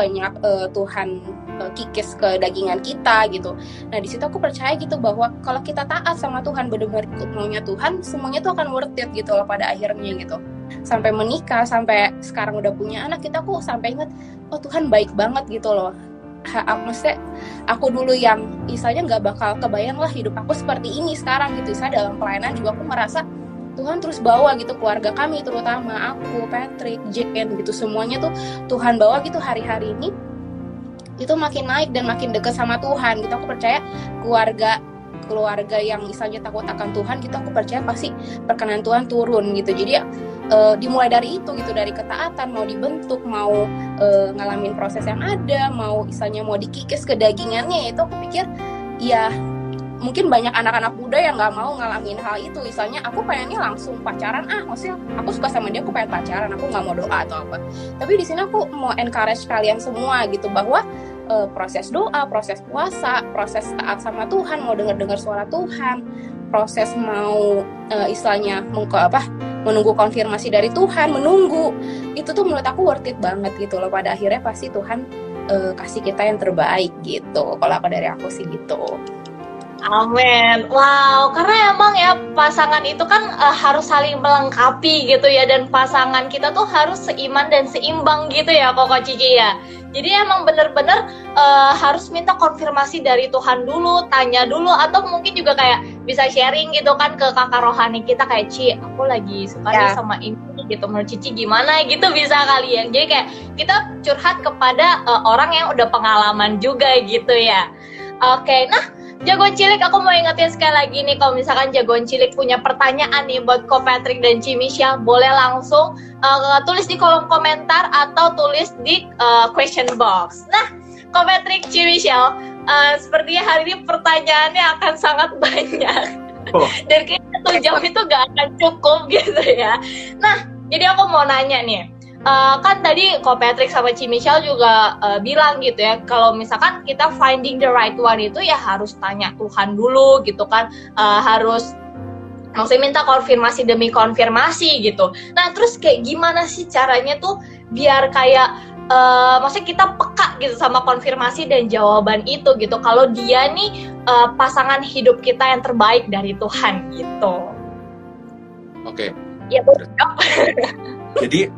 Tuhan kikis ke dagingan kita gitu. Nah di situ aku percaya gitu bahwa kalau kita taat sama Tuhan, benar-benar ikut maunya Tuhan, semuanya tuh akan worth it gitu loh pada akhirnya gitu. Sampai menikah, sampai sekarang udah punya anak, aku sampai ingat, oh Tuhan baik banget gitu loh. Maksudnya aku dulu yang misalnya nggak bakal kebayang lah hidup aku seperti ini sekarang gitu. Saya dalam pelayanan juga aku merasa Tuhan terus bawa gitu keluarga kami, terutama aku, Patrick, Jen gitu, semuanya tuh Tuhan bawa gitu hari-hari ini itu makin naik dan makin dekat sama Tuhan gitu. Aku percaya keluarga yang misalnya takut akan Tuhan gitu, aku percaya pasti perkenan Tuhan turun gitu. Jadi dimulai dari itu gitu, dari ketaatan, mau dibentuk, mau ngalamin proses yang ada, mau misalnya mau dikikis ke dagingannya, itu aku pikir ya mungkin banyak anak-anak muda yang nggak mau ngalamin hal itu. Misalnya aku pengennya langsung pacaran, maksudnya aku suka sama dia, aku pengen pacaran, aku nggak mau doa atau apa. Tapi di sini aku mau encourage kalian semua gitu, bahwa proses doa, proses puasa, proses taat sama Tuhan, mau dengar suara Tuhan, proses mau istilahnya menunggu konfirmasi dari Tuhan, menunggu itu tuh menurut aku worth it banget gitu loh. Pada akhirnya pasti Tuhan kasih kita yang terbaik gitu. Kalau dari aku sih gitu. Amin. Wow, karena emang ya pasangan itu kan harus saling melengkapi gitu ya, dan pasangan kita tuh harus seiman dan seimbang gitu ya Koko Cici ya. Jadi emang bener-bener harus minta konfirmasi dari Tuhan dulu, tanya dulu, atau mungkin juga kayak bisa sharing gitu kan ke kakak rohani kita, kayak Ci, aku lagi suka nih sama ini gitu, menurut Cici gimana gitu, bisa kali ya. Jadi kayak kita curhat kepada orang yang udah pengalaman juga gitu ya. Oke, nah Jagoan Cilik, aku mau ingetin sekali lagi nih, kalau misalkan Jagoan Cilik punya pertanyaan nih buat Ko Patrick dan Ci Michelle, boleh langsung tulis di kolom komentar atau tulis di question box. Nah, Ko Patrick, Ci Michelle, sepertinya hari ini pertanyaannya akan sangat banyak. Dan kayaknya 1 jam itu gak akan cukup gitu ya. Nah, jadi aku mau nanya nih, kan tadi Ko Patrick sama Ci Michelle juga bilang gitu ya, kalau misalkan kita finding the right one itu ya harus tanya Tuhan dulu gitu kan, harus maksudnya minta konfirmasi demi konfirmasi gitu. Nah terus kayak gimana sih caranya tuh biar kayak maksudnya kita peka gitu sama konfirmasi dan jawaban itu gitu, kalau dia nih pasangan hidup kita yang terbaik dari Tuhan gitu. Oke. Ya betul. Jadi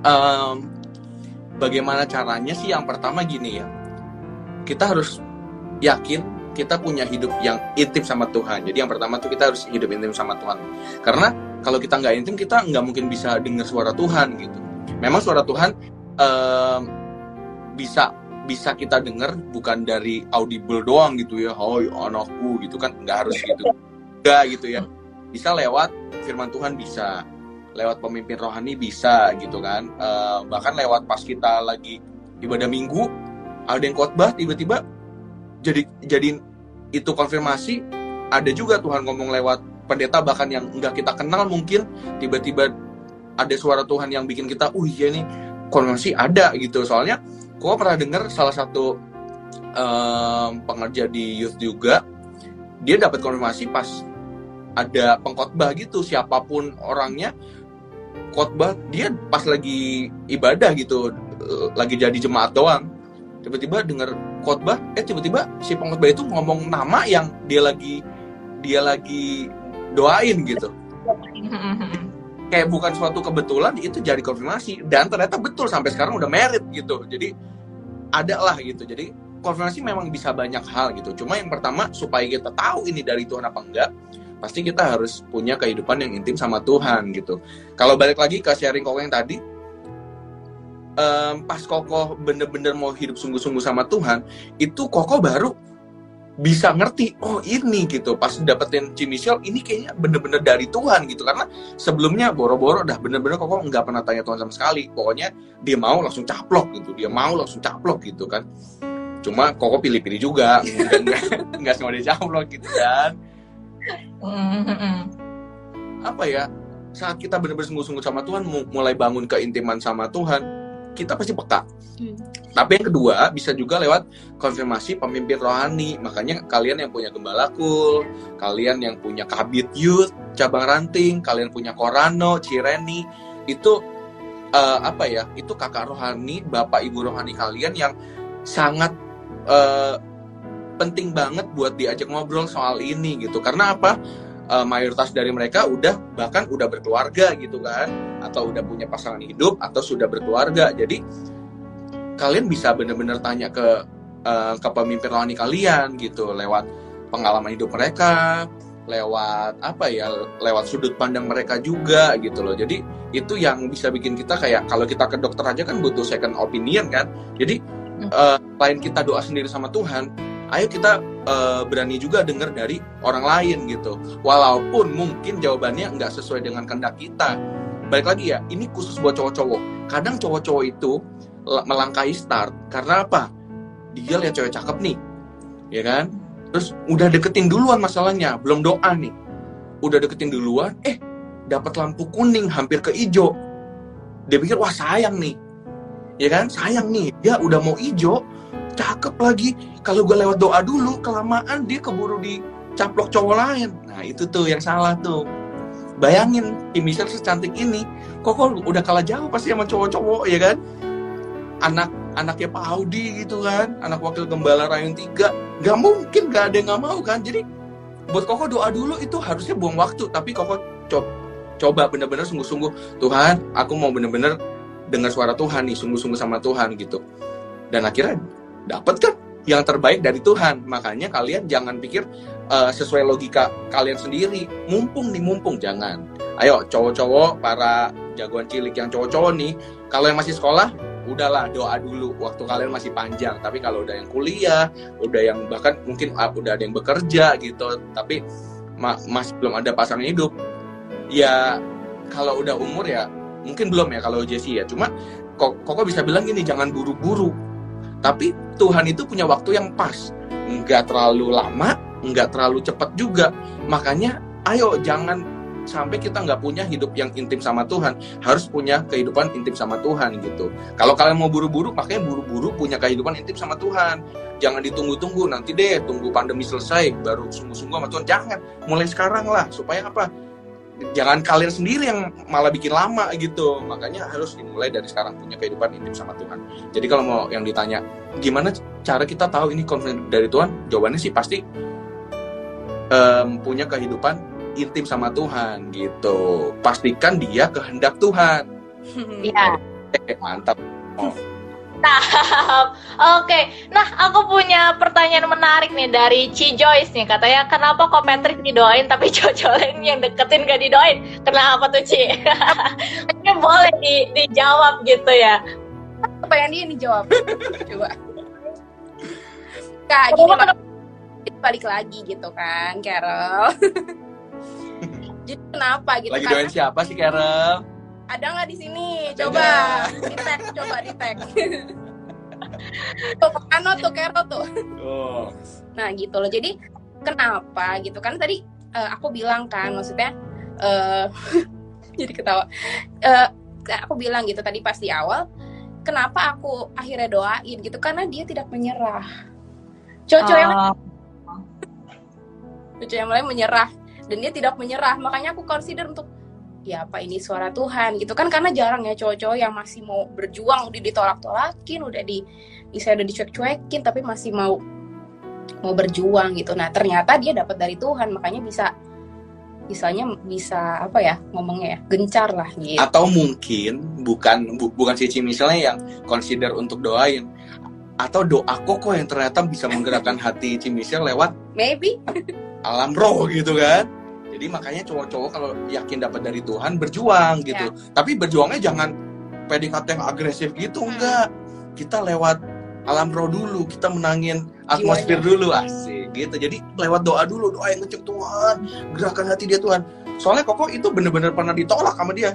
bagaimana caranya sih? Yang pertama gini ya, kita harus yakin kita punya hidup yang intim sama Tuhan. Jadi yang pertama tuh kita harus hidup intim sama Tuhan. Karena kalau kita nggak intim, kita nggak mungkin bisa dengar suara Tuhan gitu. Memang suara Tuhan bisa kita dengar bukan dari audible doang gitu ya, "Hoi anakku" gitu kan, nggak harus gitu. Nggak gitu ya. Bisa lewat firman Tuhan, bisa lewat pemimpin rohani, bisa gitu kan, bahkan lewat pas kita lagi ibadah minggu ada yang khotbah, tiba-tiba jadi itu konfirmasi. Ada juga Tuhan ngomong lewat pendeta bahkan yang enggak kita kenal, mungkin tiba-tiba ada suara Tuhan yang bikin kita iya nih konfirmasi ada gitu. Soalnya kok pernah dengar salah satu pengerja di youth juga, dia dapat konfirmasi pas ada pengkhotbah gitu, siapapun orangnya khotbah, dia pas lagi ibadah gitu, lagi jadi jemaat doang, tiba-tiba dengar khotbah, tiba-tiba si pengkhotbah itu ngomong nama yang dia lagi doain gitu. Kayak bukan suatu kebetulan, itu jadi konfirmasi, dan ternyata betul sampai sekarang udah married gitu. Jadi ada lah gitu. Jadi konfirmasi memang bisa banyak hal gitu. Cuma yang pertama, supaya kita tahu ini dari Tuhan apa enggak, pasti kita harus punya kehidupan yang intim sama Tuhan gitu. Kalau balik lagi ke sharing Koko yang tadi, pas Koko bener-bener mau hidup sungguh-sungguh sama Tuhan, itu Koko baru bisa ngerti, oh ini gitu, pas dapetin Cimisil ini kayaknya bener-bener dari Tuhan gitu. Karena sebelumnya boro-boro dah bener-bener Koko nggak pernah tanya Tuhan sama sekali, pokoknya dia mau langsung caplok gitu kan. Cuma Koko pilih-pilih juga, nggak semua dia caplok gitu kan. Apa ya, saat kita benar-benar sungguh-sungguh sama Tuhan, mulai bangun keintiman sama Tuhan, kita pasti peka. Tapi yang kedua, bisa juga lewat konfirmasi pemimpin rohani. Makanya kalian yang punya Gembala Kul, kalian yang punya Kabit Youth, Cabang Ranting, kalian punya Korano, Cireni, itu itu kakak rohani, bapak ibu rohani kalian yang sangat penting banget buat diajak ngobrol soal ini gitu. Karena apa? Mayoritas dari mereka udah berkeluarga gitu kan, atau udah punya pasangan hidup, atau sudah berkeluarga. Jadi kalian bisa benar-benar tanya ke pemimpin rohani kalian gitu, lewat pengalaman hidup mereka, lewat lewat sudut pandang mereka juga gitu loh. Jadi itu yang bisa bikin kita kayak, kalau kita ke dokter aja kan butuh second opinion kan. Jadi selain kita doa sendiri sama Tuhan, ayo kita berani juga dengar dari orang lain gitu. Walaupun mungkin jawabannya nggak sesuai dengan kehendak kita. Balik lagi ya, ini khusus buat cowok-cowok. Kadang cowok-cowok itu melangkahi start karena apa? Dia lihat cewek cakep nih, ya kan? Terus udah deketin duluan masalahnya, belum doa nih. Udah deketin duluan, dapat lampu kuning hampir ke hijau. Dia pikir wah sayang nih, ya kan? Sayang nih, dia udah mau hijau, cakep lagi. Kalau gue lewat doa dulu, kelamaan dia keburu dicaplok cowok lain. Nah itu tuh yang salah tuh. Bayangin, Cimisil secantik ini, kok udah kalah jauh pasti sama cowok-cowok, ya kan? Anaknya Pak Audi gitu kan, anak wakil gembala Rayun 3, nggak mungkin nggak ada yang nggak mau kan. Jadi buat Koko doa dulu itu harusnya buang waktu, tapi Koko coba bener-bener sungguh-sungguh, Tuhan aku mau bener-bener dengar suara Tuhan nih, sungguh-sungguh sama Tuhan gitu. Dan akhirnya dapet kan yang terbaik dari Tuhan. Makanya kalian jangan pikir sesuai logika kalian sendiri, mumpung jangan. Ayo cowok-cowok, para jagoan cilik yang cowok-cowok nih, kalau yang masih sekolah udahlah doa dulu, waktu kalian masih panjang. Tapi kalau udah yang kuliah, udah yang bahkan mungkin udah ada yang bekerja gitu, tapi masih belum ada pasangan hidup, ya kalau udah umur ya mungkin belum ya kalau Jessie ya. Cuma Koko bisa bilang gini, jangan buru-buru. Tapi Tuhan itu punya waktu yang pas, nggak terlalu lama, nggak terlalu cepat juga. Makanya ayo jangan sampai kita nggak punya hidup yang intim sama Tuhan, harus punya kehidupan intim sama Tuhan gitu. Kalau kalian mau buru-buru, makanya buru-buru punya kehidupan intim sama Tuhan. Jangan ditunggu-tunggu, nanti deh tunggu pandemi selesai baru sungguh-sungguh sama Tuhan. Jangan, mulai sekarang lah, supaya apa? Jangan kalian sendiri yang malah bikin lama gitu. Makanya harus dimulai dari sekarang, punya kehidupan intim sama Tuhan. Jadi kalau mau yang ditanya, gimana cara kita tahu ini konfirmasi dari Tuhan? Jawabannya sih pasti punya kehidupan intim sama Tuhan gitu. Pastikan dia kehendak Tuhan. Iya. Mantap. Oh. Oke. Nah, aku punya pertanyaan menarik nih dari Ci Joyce nih. Katanya, kenapa kok Patrick didoain tapi cowok lain yang deketin gak didoain? Kenapa tuh, Ci? Ini boleh dijawab gitu ya. Apa yang dia dijawab? Coba. Kak, gini balik lagi gitu kan, Carol. Jadi kenapa gitu? Lagi doain siapa sih, Carol? Ada nggak di sini? Coba di tag. Tuh Ano tuh Carol tuh. Oh. Nah gitu loh. Jadi kenapa gitu kan tadi aku bilang kan, maksudnya jadi ketawa. Aku bilang gitu tadi pas di awal, kenapa aku akhirnya doain gitu, karena dia tidak menyerah. Cowok yang lain menyerah dan dia tidak menyerah. Makanya aku consider untuk ya apa ini suara Tuhan gitu kan, karena jarang ya cowok-cowok yang masih mau berjuang, udah ditolak-tolakin, udah dicuek-cuekin tapi masih mau berjuang gitu. Nah ternyata dia dapat dari Tuhan, makanya bisa apa ya ngomongnya ya, gencar lah gitu. Atau mungkin bukan si Cimisilnya yang consider untuk doain, atau doa Koko yang ternyata bisa menggerakkan hati Cimisil lewat maybe alam roh gitu kan. Jadi makanya cowok-cowok kalau yakin dapat dari Tuhan berjuang gitu. Tapi berjuangnya PDKT yang agresif gitu, enggak. Kita lewat alam roh dulu, kita menangin atmosfer dulu, asik gitu. Jadi lewat doa dulu, doa yang ngecek Tuhan, gerakan hati dia Tuhan. Soalnya Koko itu bener-bener pernah ditolak sama dia.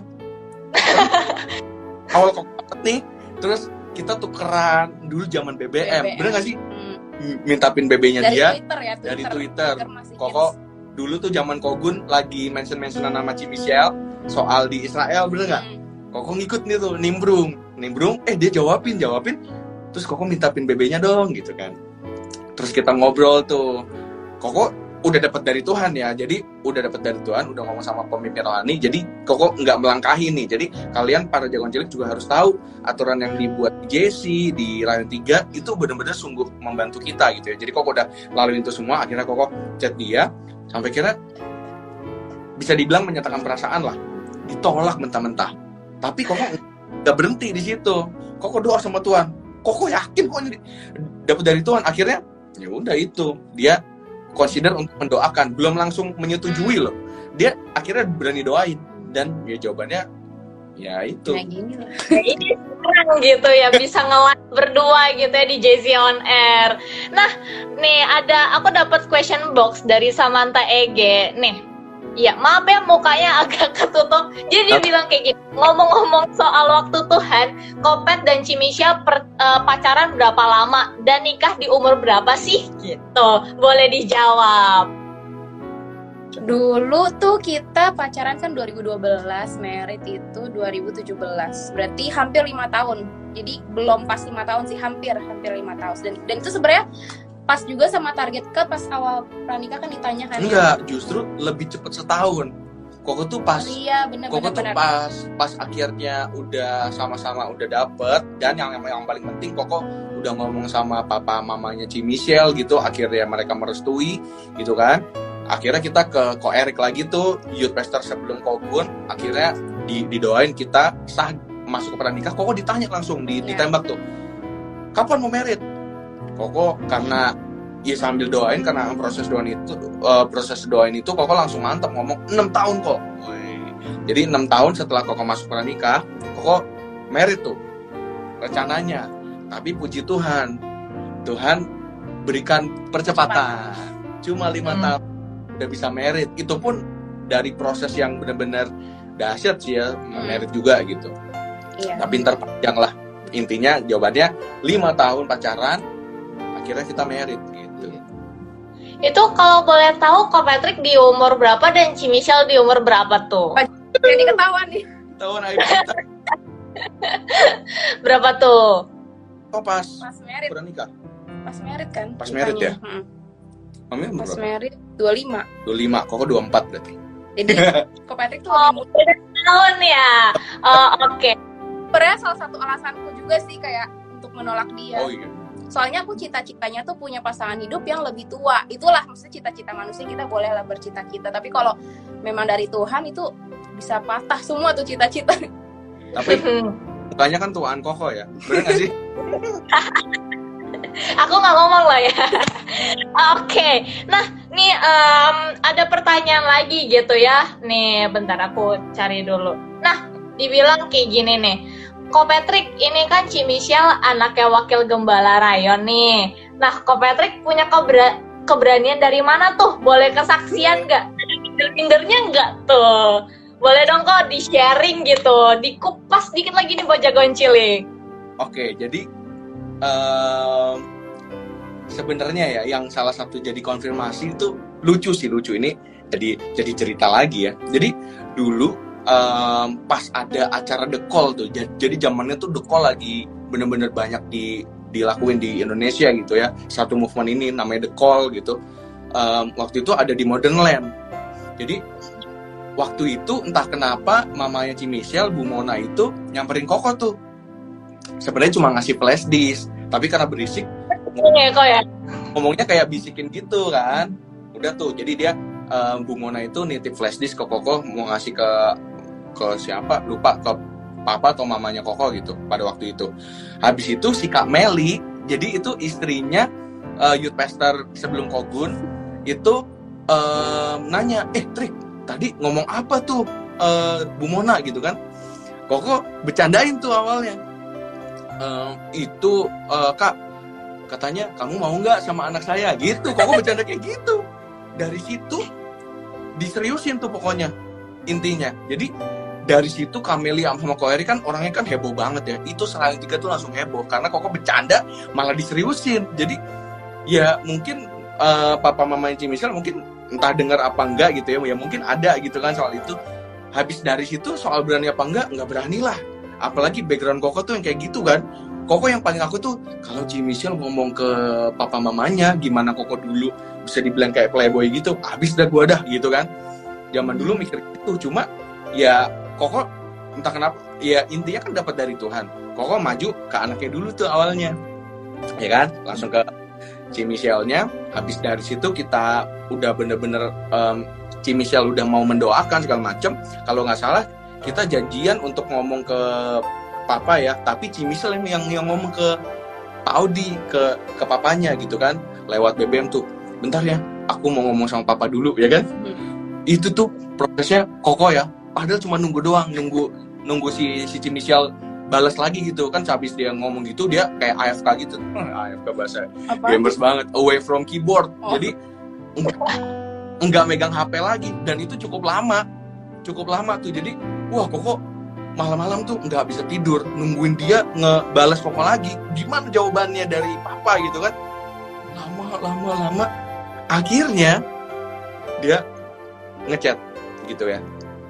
Awal Koko dapet nih, terus kita tukeran dulu zaman BBM. Bener gak sih? Minta pin BB-nya dari dia Twitter ya, dari Twitter. masih Koko dulu tuh zaman Kogun lagi mention-mentionan nama Ci Michelle soal di Israel, bener gak? Koko ngikut nih tuh, nimbrung, dia jawabin, terus Koko minta pin BB-nya dong, gitu kan. Terus kita ngobrol tuh, Koko udah dapat dari Tuhan ya, jadi udah dapat dari Tuhan, udah ngomong sama pemimpin rohani, jadi Koko nggak melangkahi nih. Jadi kalian para jagoan cilik juga harus tahu aturan yang dibuat di JC, di Rayon 3 itu benar-benar sungguh membantu kita gitu ya. Jadi Koko udah lalui itu semua, akhirnya Koko chat dia, sampai kira bisa dibilang menyatakan perasaan lah, ditolak mentah-mentah. Tapi Koko nggak berhenti di situ, Koko doa sama Tuhan, Koko yakin kok ini dapat dari Tuhan. Akhirnya ya udah itu, dia consider untuk mendoakan, belum langsung menyetujui loh. Dia akhirnya berani doain, dan ya jawabannya ya itu. Nah gini lah. Ini sekarang gitu ya, bisa nge-live berdua gitu ya di JC on Air. Nah, nih aku dapat question box dari Samantha Ege. Nih, ya maaf ya mukanya agak ketutup. Jadi dia bilang kayak gini, ngomong-ngomong soal waktu Tuhan, Kopet dan Ci Michelle pacaran berapa lama dan nikah di umur berapa sih? Gitu, boleh dijawab. Dulu tuh kita pacaran kan 2012, married itu 2017. Berarti hampir 5 tahun. Jadi belum pas 5 tahun sih, hampir 5 tahun. Dan itu sebenarnya pas juga sama target pas awal pranikah kan ditanyakan. Enggak, justru lebih cepet setahun. Koko tuh pas, Koko tuh pas akhirnya udah sama-sama udah dapet, dan yang paling penting Koko udah ngomong sama papa mamanya Ci Michelle gitu, akhirnya mereka merestui gitu kan. Akhirnya kita ke Ko Erik lagi tuh, youth pastor sebelum Kogun, akhirnya didoain kita sah masuk ke pranikah. Koko ditanya langsung, ditembak tuh, kapan mau merit? Koko karena ya sambil doain, karena proses doain itu Koko langsung mantap ngomong 6 tahun kok. Jadi 6 tahun setelah Koko masuk pranikah, Koko merit tuh rencananya. Tapi puji Tuhan berikan percepatan. Cuma 5 tahun udah bisa merit. Itu pun dari proses yang benar-benar dahsyat sih ya, merit juga gitu. Iya. Tapi ntar panjang lah. Intinya jawabannya 5 tahun pacaran, akhirnya kita merit gitu. Itu kalau boleh tahu, Ko Patrick di umur berapa dan Ci Michelle di umur berapa tuh? Jadi ketahuan nih. Tahun akhir kita. Berapa tuh? Oh pas merit. Bernikah. Pas merit kan? Pas merit ya? Mami umur pas berapa? merit 25. 25, Koko 24 berarti. Jadi Ko Patrick tuh beda tahun ya. Oh, oke. Sebenarnya salah satu alasanku juga sih kayak untuk menolak dia. Oh iya. Soalnya aku cita-citanya tuh punya pasangan hidup yang lebih tua. Itulah maksudnya cita-cita manusia, kita bolehlah bercita-cita. Tapi kalau memang dari Tuhan itu bisa patah semua tuh cita-cita. Tapi mukanya kan tuaan Koko ya, bener gak sih? Aku nggak ngomong lah ya. Oke. Nah, nih ada pertanyaan lagi gitu ya. Nih, bentar aku cari dulu. Nah, dibilang kayak gini nih, Ko Patrick, ini kan Ci Michelle anaknya wakil gembala rayon nih. Nah, Ko Patrick punya keberanian dari mana tuh? Boleh kesaksian nggak? Finger-fingernya nggak tuh? Boleh dong kok di-sharing gitu, dikupas dikit lagi nih buat jagoan cilik. Oke, jadi sebenarnya ya yang salah satu jadi konfirmasi itu lucu ini jadi cerita lagi ya. Jadi dulu pas ada acara The Call tuh, jadi zamannya tuh The Call lagi bener-bener banyak dilakuin di Indonesia gitu ya, satu movement ini namanya The Call gitu. Waktu itu ada di Modern Land. Jadi waktu itu entah kenapa mamanya Ci Michelle, Bu Mona itu nyamperin Koko tuh. Sebenarnya cuma ngasih flash disk, tapi karena berisik ngomongnya kayak bisikin gitu kan. Udah tuh, jadi dia Bu Mona itu nitip flash disk ke Koko, mau ngasih ke siapa lupa, ke papa atau mamanya Koko gitu pada waktu itu. Habis itu si Kak Meli, jadi itu istrinya youth pastor sebelum Kogun itu nanya, Trik tadi ngomong apa tuh Bu Mona gitu kan. Koko bercandain tuh awalnya. Kak, katanya kamu mau nggak sama anak saya gitu. Koko bercanda kayak gitu. Dari situ diseriusin tuh pokoknya intinya. Jadi dari situ Kamelia sama Ko Eri kan orangnya kan heboh banget ya. Itu selain 3 tuh langsung heboh karena Koko bercanda malah diseriusin. Jadi ya mungkin papa mamanya Cimisil mungkin entah dengar apa enggak gitu ya. Ya mungkin ada gitu kan soal itu. Habis dari situ soal berani apa enggak berani lah. Apalagi background Koko tuh yang kayak gitu kan. Koko yang paling aku tuh kalau Cimisil ngomong ke papa mamanya gimana Koko dulu bisa dibilang kayak playboy gitu, habis dah gua dah gitu kan. Zaman dulu mikir gitu, cuma ya Koko entah kenapa ya intinya kan dapat dari Tuhan. Koko maju ke anaknya dulu tuh awalnya, ya kan, langsung ke Cimiselnya. Habis dari situ kita udah bener-bener Cimisel udah mau mendoakan segala macem. Kalau nggak salah kita janjian untuk ngomong ke papa ya, tapi Cimisel yang ngomong ke Pak Audi ke papanya gitu kan, lewat BBM tuh. Bentar ya, aku mau ngomong sama papa dulu ya kan. Itu tuh prosesnya Koko ya, padahal cuma nunggu doang, nunggu si Cimisel balas lagi gitu kan. Habis dia ngomong gitu dia kayak AFK gitu. AFK bahasa gamers banget, away from keyboard. Jadi enggak megang HP lagi, dan itu cukup lama tuh. Jadi wah, Koko malam-malam tuh nggak bisa tidur nungguin dia ngebalas Koko lagi, gimana jawabannya dari papa gitu kan. Lama akhirnya dia ngechat gitu ya.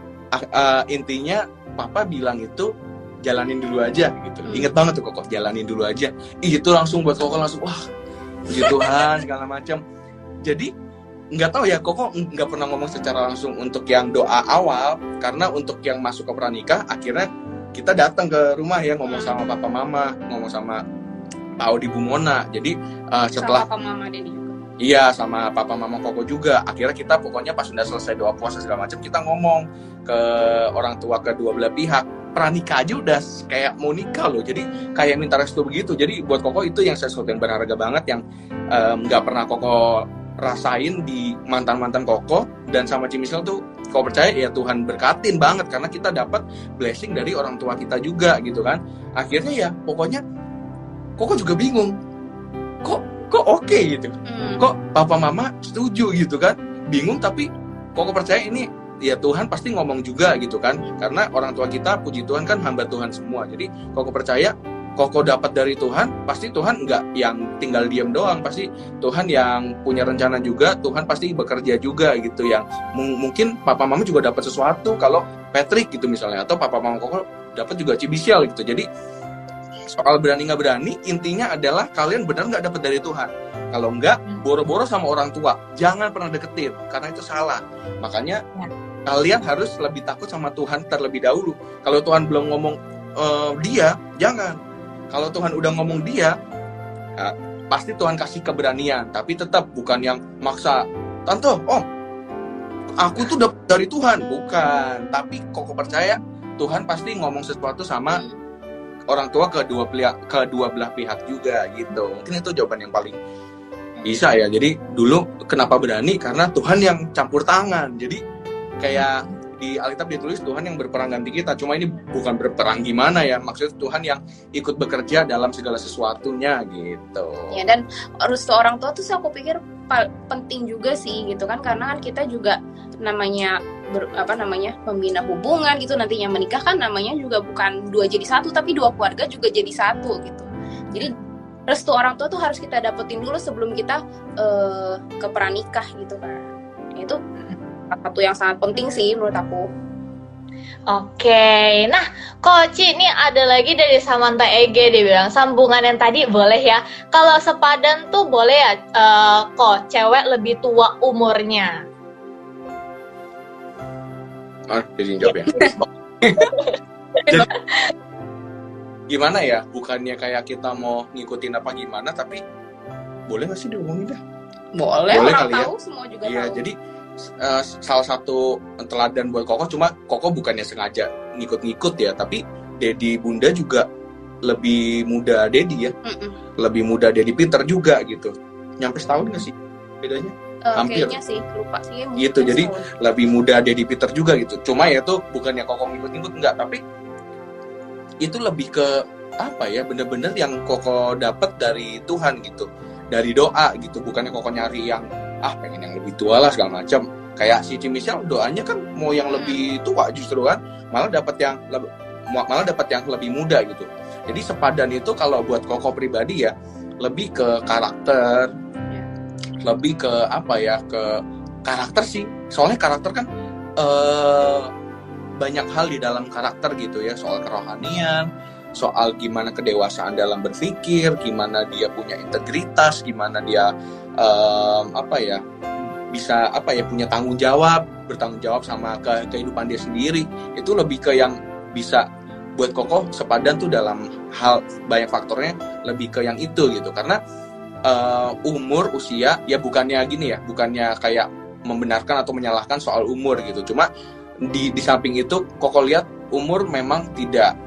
Intinya papa bilang itu jalanin dulu aja gitu. Ingat banget tuh Koko, jalanin dulu aja. Itu langsung buat Koko langsung wah, puji Tuhan segala macam. Jadi nggak tahu ya, Koko nggak pernah ngomong secara langsung untuk yang doa awal, karena untuk yang masuk ke pranikah akhirnya kita datang ke rumah ya, ngomong sama papa mama, ngomong sama Pak Audi Bu Mona. Jadi setelah sama papa mama Denny juga. Iya, sama papa mama Koko juga. Akhirnya kita pokoknya pas sudah selesai doa puasa segala macam, kita ngomong ke orang tua kedua belah pihak. Pranikah aja udah kayak mau nikah loh. Jadi kayak minta restu begitu. Jadi buat Koko itu yang sesuatu yang berharga banget, yang nggak pernah Koko rasain di mantan-mantan Koko. Dan sama Cimisel tuh Koko percaya ya Tuhan berkatin banget, karena kita dapat blessing dari orang tua kita juga gitu kan. Akhirnya ya pokoknya Koko juga bingung, kok oke gitu, kok papa mama setuju gitu kan, bingung. Tapi Koko percaya ini ya Tuhan pasti ngomong juga gitu kan, karena orang tua kita puji Tuhan kan hamba Tuhan semua. Jadi Koko percaya Koko dapat dari Tuhan, pasti Tuhan nggak yang tinggal diam doang, pasti Tuhan yang punya rencana juga, Tuhan pasti bekerja juga gitu. Yang mungkin papa mama juga dapat sesuatu kalau Patrick gitu misalnya, atau papa mama Koko dapat juga Cibisial gitu. Jadi soal berani nggak berani, intinya adalah kalian benar nggak dapat dari Tuhan. Kalau nggak, boro-boro sama orang tua, jangan pernah deketin, karena itu salah. Makanya kalian harus lebih takut sama Tuhan terlebih dahulu. Kalau Tuhan belum ngomong dia, jangan. Kalau Tuhan udah ngomong dia, pasti Tuhan kasih keberanian. Tapi tetap bukan yang maksa. Tante, aku tuh dapat dari Tuhan. Bukan. Tapi Koko percaya Tuhan pasti ngomong sesuatu sama orang tua kedua belah pihak juga gitu. Mungkin itu jawaban yang paling bisa ya. Jadi dulu kenapa berani, karena Tuhan yang campur tangan. Jadi kayak di Alkitab ditulis Tuhan yang berperang ganti kita. Cuma ini bukan berperang gimana ya, maksudnya Tuhan yang ikut bekerja dalam segala sesuatunya gitu. Ya, dan restu orang tua tuh aku pikir penting juga sih gitu kan, karena kan kita juga namanya membina hubungan gitu, nantinya menikah kan namanya juga bukan 2 jadi 1, tapi 2 keluarga juga jadi 1 gitu. Jadi restu orang tua tuh harus kita dapetin dulu sebelum kita ke pranikah gitu kan. Itu satu yang sangat penting sih menurut aku. Oke, nah Koci ini ada lagi dari Samantha Ege, dia bilang sambungan yang tadi boleh ya. Kalau sepadan tuh boleh ya, kok cewek lebih tua umurnya. Jadi jawab ya. Jadi, gimana ya? Bukannya kayak kita mau ngikutin apa gimana, tapi boleh nggak sih diomongin dah? Boleh kali tahu, ya. Semua juga iya, tahu. Jadi salah satu teladan buat Koko, cuma Koko bukannya sengaja ngikut-ngikut ya, tapi Dedi Bunda juga lebih muda Dedi ya. Lebih muda Dedi Peter juga gitu. Nyampe setahun nggak sih bedanya? Hampir. Kayaknya sih, lupa sih. Gitu, jadi lebih muda Dedi Peter juga gitu. Cuma ya itu bukannya Koko ngikut-ngikut, enggak, tapi itu lebih ke apa ya, bener-bener yang Koko dapat dari Tuhan gitu, dari doa gitu. Bukannya Koko nyari yang pengen yang lebih tua lah segala macam. Kayak si Cimisel doanya kan mau yang lebih tua justru kan, malah dapat yang lebih muda gitu. Jadi sepadan itu kalau buat Koko pribadi ya lebih ke karakter, lebih ke apa ya, ke karakter sih. Soalnya karakter kan banyak hal di dalam karakter gitu ya, soal kerohanian, soal gimana kedewasaan dalam berpikir, gimana dia punya integritas, gimana dia bisa punya bertanggung jawab sama kehidupan dia sendiri. Itu lebih ke yang bisa buat Koko sepadan tuh dalam hal banyak faktornya, lebih ke yang itu gitu. Karena umur, usia ya bukannya gini ya, bukannya kayak membenarkan atau menyalahkan soal umur gitu. Cuma di samping itu Koko lihat umur memang tidak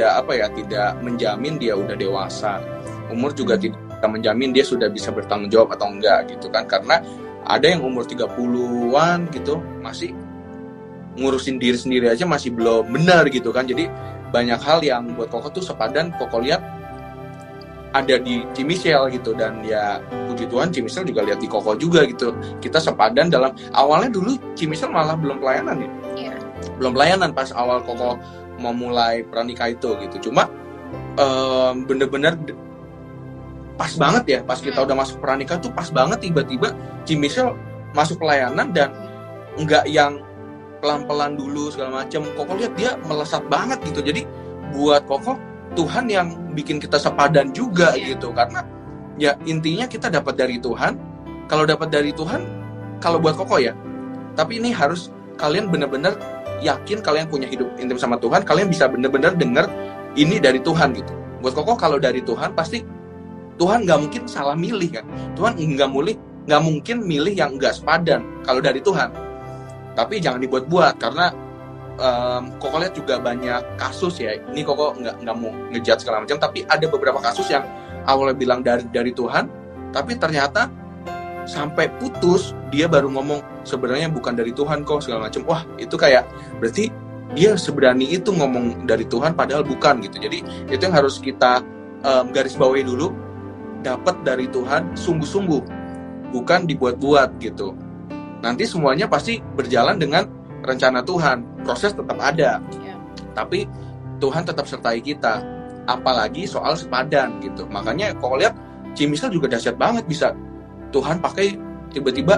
menjamin dia udah dewasa. Umur juga tidak menjamin dia sudah bisa bertanggung jawab atau enggak gitu kan. Karena ada yang umur 30-an gitu masih ngurusin diri sendiri aja masih belum benar gitu kan. Jadi banyak hal yang buat Koko tuh sepadan Koko lihat ada di Cimisel gitu. Dan ya puji Tuhan Cimisel juga lihat di Koko juga gitu. Kita sepadan dalam, awalnya dulu Cimisel malah belum pelayanan ya. Iya. Belum pelayanan pas awal Koko mau mulai pranikah itu gitu. Cuma bener-bener pas banget ya, pas kita udah masuk pranikah tuh pas banget tiba-tiba Cimisel masuk pelayanan. Dan nggak yang pelan-pelan dulu segala macam. Koko lihat dia melesat banget gitu. Jadi buat Koko Tuhan yang bikin kita sepadan juga gitu. Karena ya intinya kita dapat dari Tuhan. Kalau dapat dari Tuhan, kalau buat Koko ya, tapi ini harus kalian benar-benar yakin kalian punya hidup intim sama Tuhan. Kalian bisa benar-benar dengar ini dari Tuhan gitu. Buat Koko kalau dari Tuhan pasti Tuhan nggak mungkin salah milih kan. Tuhan nggak mungkin milih yang nggak sepadan kalau dari Tuhan. Tapi jangan dibuat-buat, karena Koko lihat juga banyak kasus ya. Ini Koko nggak mau ngejudge segala macam, tapi ada beberapa kasus yang awalnya bilang dari Tuhan, tapi ternyata sampai putus dia baru ngomong sebenarnya bukan dari Tuhan kok segala macam. Wah itu kayak berarti dia seberani itu ngomong dari Tuhan padahal bukan gitu. Jadi itu yang harus kita garis bawahi dulu. Dapat dari Tuhan sungguh-sungguh, bukan dibuat-buat gitu. Nanti semuanya pasti berjalan dengan rencana Tuhan. Proses tetap ada, tapi Tuhan tetap sertai kita. Apalagi soal sepadan gitu. Makanya kalau lihat Cimisel juga dahsyat banget, bisa Tuhan pakai tiba-tiba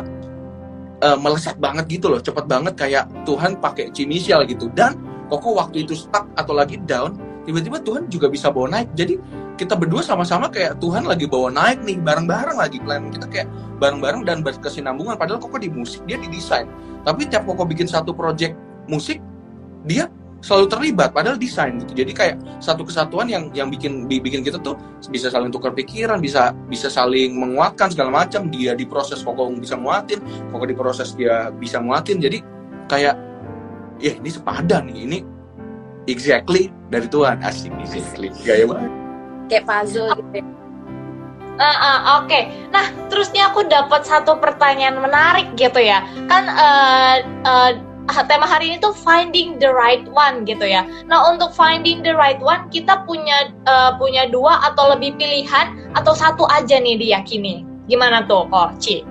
melesat banget gitu loh, cepet banget kayak Tuhan pakai Cimisel gitu. Dan Koko waktu itu stuck atau lagi down, tiba-tiba Tuhan juga bisa bawa naik. Jadi kita berdua sama-sama kayak Tuhan lagi bawa naik nih, bareng-bareng lagi plan kita kayak bareng-bareng dan berkesinambungan. Padahal Koko di musik, dia di desain. Tapi tiap Koko bikin satu project musik, dia selalu terlibat padahal desain gitu. Jadi kayak satu kesatuan yang bikin kita tuh bisa saling tukar pikiran, bisa saling menguatkan segala macam. Dia di proses Koko bisa muatin, Koko di proses dia bisa muatin. Jadi kayak ya ini sepadan nih, ini exactly dari Tuhan. Asik, exactly gaya banget, Kayak puzzle gitu ya. Oke. Nah, terus nih aku dapat satu pertanyaan menarik gitu ya. Kan tema hari ini tuh finding the right one gitu ya. Nah, untuk finding the right one kita punya dua atau lebih pilihan atau satu aja nih diyakini. Gimana tuh, Ci?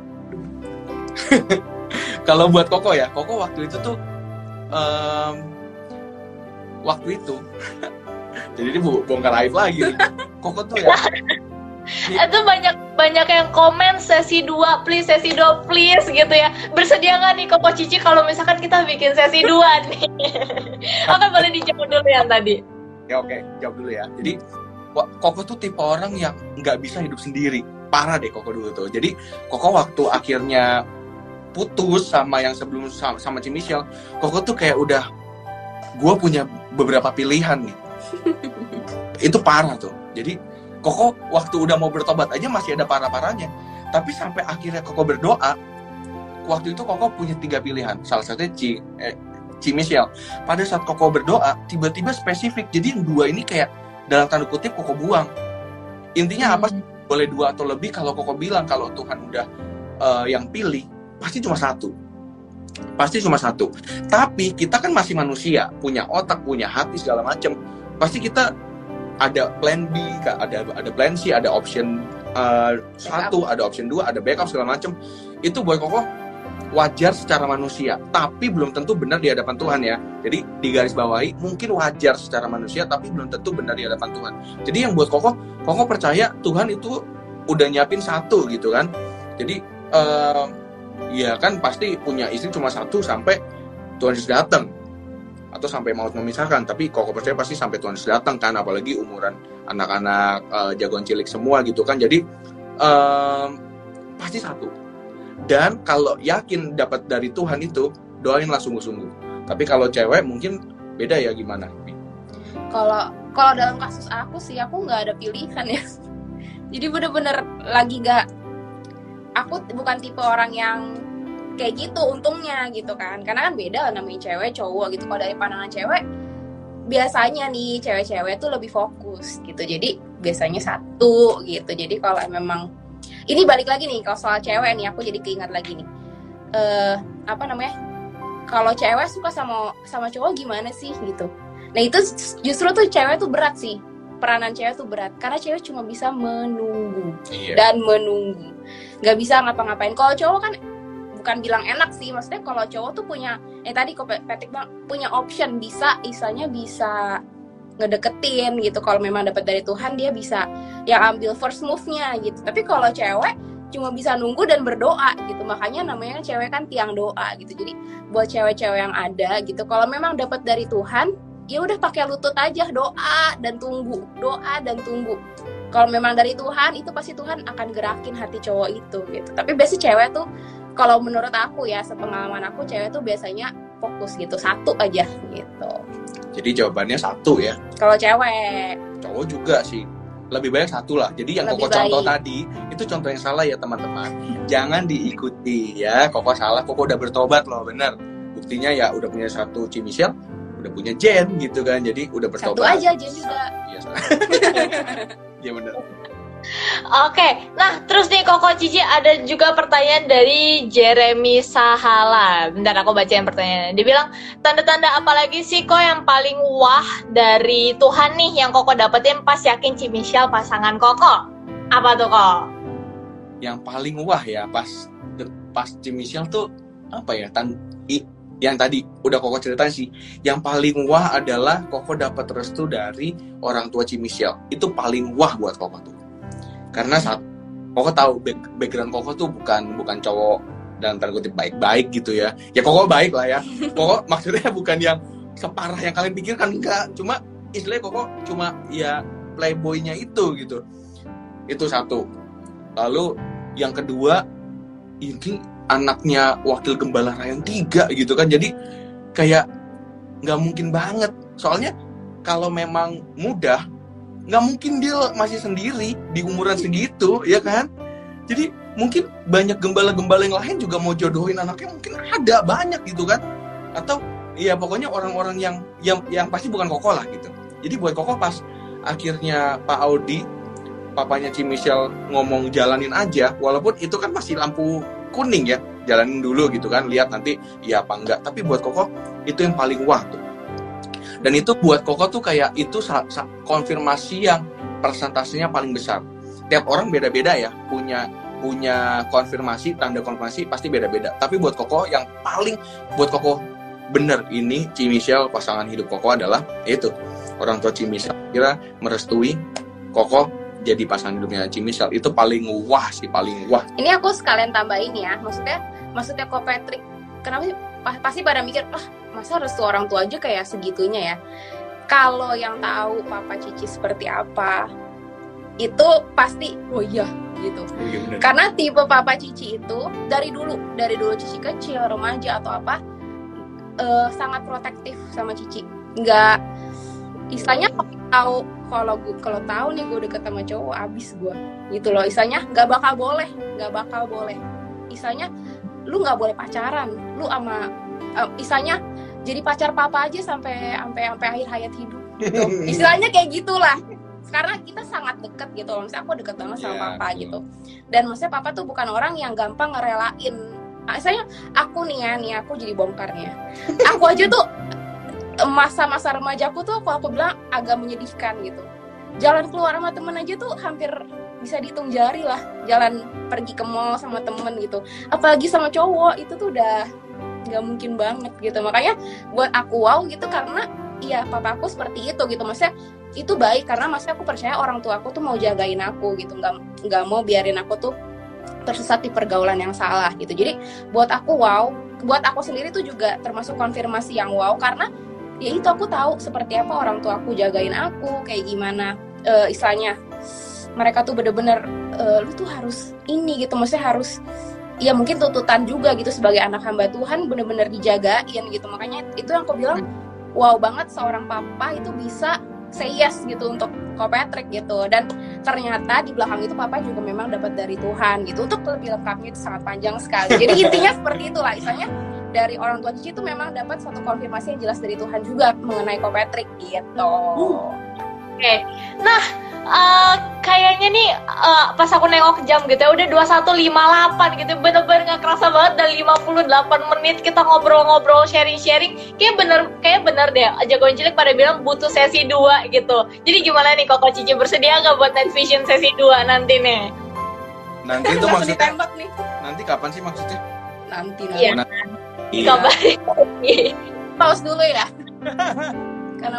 Kalau buat Koko ya, Koko waktu itu tuh jadi ini bongkar aib lagi nih. Koko tuh ya itu banyak yang komen sesi 2 please gitu ya. Bersedia nggak nih Koko Cici kalau misalkan kita bikin sesi 2 nih? Oke, boleh dijawab dulu yang tadi. Ya oke, jawab dulu ya. Jadi Koko tuh tipe orang yang nggak bisa hidup sendiri. Parah deh Koko dulu tuh. Jadi Koko waktu akhirnya putus sama yang sebelum sama Cimisel, Koko tuh kayak udah, gue punya beberapa pilihan nih. Itu parah tuh. Jadi Koko waktu udah mau bertobat aja masih ada parah-parahnya. Tapi sampai akhirnya Koko berdoa, waktu itu Koko punya 3 pilihan. Salah satunya Cimisel. Pada saat Koko berdoa, tiba-tiba spesifik. Jadi yang 2 ini kayak dalam tanda kutip Koko buang. Intinya apa? Boleh 2 atau lebih. Kalau Koko bilang kalau Tuhan udah yang pilih, pasti cuma 1. Pasti cuma 1. Tapi kita kan masih manusia, punya otak, punya hati segala macam. pasti kita ada plan B, ada plan C, ada option 1, ada option 2, ada backup segala macem. Itu buat Koko wajar secara manusia, tapi belum tentu benar di hadapan Tuhan ya. Jadi di garis bawahi, mungkin wajar secara manusia, tapi belum tentu benar di hadapan Tuhan. Jadi yang buat Koko percaya Tuhan itu udah nyiapin satu gitu kan. Jadi ya kan pasti punya istri cuma satu sampai Tuhan Yesus datang, atau sampai maut memisahkan. Tapi Koko percaya pasti sampai Tuhan Yesus datang kan, apalagi umuran anak-anak jagoan cilik semua gitu kan. Jadi pasti satu. Dan kalau yakin dapat dari Tuhan itu, doainlah sungguh-sungguh. Tapi kalau cewek mungkin beda ya, gimana? Kalau dalam kasus aku sih, aku nggak ada pilihan ya. Jadi bener-bener lagi nggak. Aku bukan tipe orang yang kayak gitu untungnya gitu kan. Karena kan beda namanya cewek cowok gitu. Kalau dari pandangan cewek, biasanya nih cewek-cewek tuh lebih fokus gitu. Jadi biasanya satu gitu. Jadi kalau memang ini balik lagi nih, kalau soal cewek nih, aku jadi keingat lagi nih. Kalau cewek suka sama cowok gimana sih gitu. Nah itu justru tuh cewek tuh berat sih. Peranan cewek tuh berat. Karena cewek cuma bisa menunggu. Dan menunggu. Gak bisa ngapa-ngapain. Kalau cowok kan bukan bilang enak sih. Maksudnya kalau cowok tuh punya, tadi kok Patrick bilang, punya option. Bisa ngedeketin gitu. Kalau memang dapat dari Tuhan, dia bisa yang ambil first move-nya gitu. Tapi kalau cewek cuma bisa nunggu dan berdoa gitu. Makanya namanya cewek kan tiang doa gitu. Jadi buat cewek-cewek yang ada gitu, kalau memang dapat dari Tuhan, ya udah pakai lutut aja, doa dan tunggu. Kalau memang dari Tuhan, itu pasti Tuhan akan gerakin hati cowok itu gitu. Tapi biasanya cewek tuh, kalau menurut aku ya, sepengalaman aku, cewek tuh biasanya fokus gitu, satu aja gitu. Jadi jawabannya satu ya. Kalau cewek. Cowok juga sih. Lebih banyak satu lah. Jadi yang Koko contoh tadi, itu contoh yang salah ya teman-teman. Jangan diikuti ya. Koko salah, Koko udah bertobat loh, bener. Buktinya ya udah punya satu Cimichelle, udah punya Jen gitu kan. Jadi udah bertobat. Satu aja Jen juga. Iya. Iya bener. Oke, nah terus nih Koko Cici ada juga pertanyaan dari Jeremy Sahala. Bentar aku bacain pertanyaannya. Dia bilang, tanda-tanda apa lagi sih kok yang paling wah dari Tuhan nih yang Koko dapetin pas yakin Cimichelle pasangan Koko? Apa tuh kok? Yang paling wah ya pas Cimichelle tuh apa ya? Yang tadi udah Koko ceritain sih. Yang paling wah adalah Koko dapat restu dari orang tua Cimichelle. Itu paling wah buat Koko tuh. Karena saat Koko tahu background Koko tuh bukan cowok dalam tanda kutip baik-baik gitu ya. Ya Koko baik lah ya. Koko maksudnya bukan yang separah yang kalian pikirkan, enggak. Cuma istilahnya Koko cuma ya playboy-nya itu gitu. Itu satu. Lalu yang kedua, ini anaknya wakil gembala Rayon 3 gitu kan. Jadi kayak nggak mungkin banget. Soalnya kalau memang mudah, nggak mungkin dia masih sendiri di umuran segitu, ya kan? Jadi mungkin banyak gembala-gembala yang lain juga mau jodohin anaknya, mungkin ada banyak gitu kan? Atau ya pokoknya orang-orang yang pasti bukan Koko lah gitu. Jadi buat Koko pas akhirnya Pak Audi, papanya Cimichelle ngomong jalanin aja, walaupun itu kan masih lampu kuning ya, jalanin dulu gitu kan, lihat nanti iya apa enggak. Tapi buat Koko itu yang paling wah tuh. Dan itu buat Koko tuh kayak itu konfirmasi yang persentasenya paling besar. Tiap orang beda-beda ya, punya konfirmasi, tanda konfirmasi pasti beda-beda. Tapi buat Koko yang paling buat Koko bener ini Cimichelle pasangan hidup Koko adalah itu orang tua Cimichelle kira merestui Koko jadi pasangan hidupnya Cimichelle. Itu paling wah sih, paling wah. Ini aku sekalian tambahin ya, maksudnya kok Patrick, kenapa sih pasti pada mikir, masa restu orang tua aja kayak segitunya ya. Kalau yang tahu Papa Cici seperti apa, itu pasti oh iya gitu. Bener. Karena tipe Papa Cici itu dari dulu Cici kecil, remaja atau apa, sangat protektif sama Cici. Nggak, istilahnya kalau tahu nih gue deket sama cowok, abis gue gitu loh. Istilahnya nggak bakal boleh. Istilahnya lu nggak boleh pacaran, lu sama istilahnya jadi pacar papa aja sampai akhir hayat hidup gitu. Istilahnya kayak gitulah. Karena kita sangat deket gitu loh. Misalnya aku deket banget sama papa gitu. Dan maksudnya papa tuh bukan orang yang gampang ngerelain. Misalnya aku nih aku jadi bongkarnya. Aku aja tuh masa-masa remajaku tuh kalau aku bilang agak menyedihkan gitu. Jalan keluar sama temen aja tuh hampir bisa dihitung jari lah, jalan pergi ke mall sama temen gitu, apalagi sama cowok itu tuh udah nggak mungkin banget gitu. Makanya buat aku wow gitu, karena iya papa aku seperti itu gitu, maksudnya itu baik karena maksudnya aku percaya orang tua aku tuh mau jagain aku gitu, nggak mau biarin aku tuh tersesat di pergaulan yang salah gitu. Jadi buat aku wow, buat aku sendiri tuh juga termasuk konfirmasi yang wow, karena ya itu aku tahu seperti apa orang tua aku jagain aku, kayak gimana istilahnya mereka tuh bener-bener lu tuh harus ini gitu, maksudnya harus ya mungkin tuntutan juga gitu sebagai anak hamba Tuhan, bener-bener dijagain gitu. Makanya itu yang aku bilang wow banget seorang papa itu bisa say yes gitu untuk Ko Patrick gitu. Dan ternyata di belakang itu papa juga memang dapat dari Tuhan gitu. Untuk lebih lengkapnya itu sangat panjang sekali. Jadi intinya seperti itulah, istilahnya dari orang tua Cici itu memang dapat satu konfirmasi yang jelas dari Tuhan juga mengenai Ko Patrick gitu. Oke. Nah, kayaknya nih pas aku nengok jam gitu ya udah 21.58 gitu, bener-bener gak kerasa banget. Dan 58 menit kita ngobrol-ngobrol, sharing-sharing. Kayak bener deh, jagoan cilik pada bilang butuh sesi 2 gitu. Jadi gimana nih Koko Cici, bersedia gak buat Night Vision sesi 2 nanti nih? Nanti itu maksudnya ditembak nih. Nanti kapan sih maksudnya? Nanti. Iya. Iya. Pause dulu ya. Karena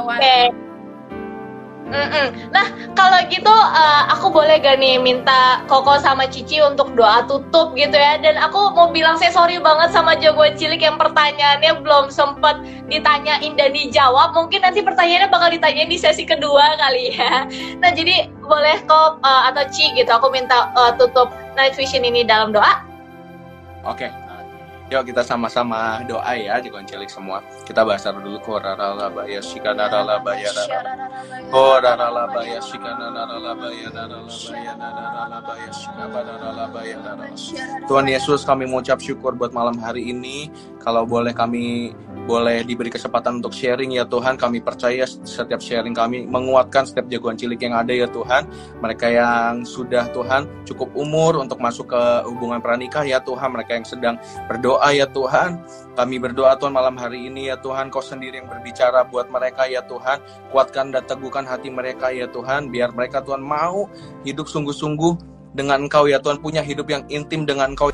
Nah, kalau gitu aku boleh gak nih minta Koko sama Cici untuk doa tutup gitu ya. Dan aku mau bilang saya sorry banget sama jagoan cilik yang pertanyaannya belum sempet ditanyain dan dijawab. Mungkin nanti pertanyaannya bakal ditanyain di sesi kedua kali ya. Nah, jadi boleh Kok atau Ci gitu, aku minta tutup Night Vision ini dalam doa. Oke. Yuk kita sama-sama doa ya, jagoan cilik semua. Kita bahasa dulu. Koraralabaya shikanaralabaya koraralabaya shikanaralabaya naralabaya shikabanaralabaya. Tuhan Yesus, kami mengucap syukur buat malam hari ini. Kalau boleh kami diberi kesempatan untuk sharing ya Tuhan. Kami percaya setiap sharing kami menguatkan setiap jagoan cilik yang ada ya Tuhan. Mereka yang sudah Tuhan cukup umur untuk masuk ke hubungan pranikah ya Tuhan. Mereka yang sedang berdoa ya Tuhan. Kami berdoa Tuhan malam hari ini ya Tuhan. Kau sendiri yang berbicara buat mereka ya Tuhan. Kuatkan dan teguhkan hati mereka ya Tuhan. Biar mereka Tuhan mau hidup sungguh-sungguh dengan Engkau ya Tuhan. Punya hidup yang intim dengan Engkau.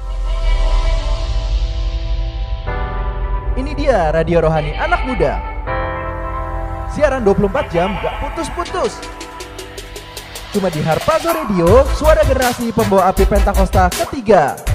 Ini dia Radio Rohani Anak Muda. Siaran 24 jam gak putus-putus. Cuma di Harpazo Radio, suara generasi pembawa api Pentakosta ketiga.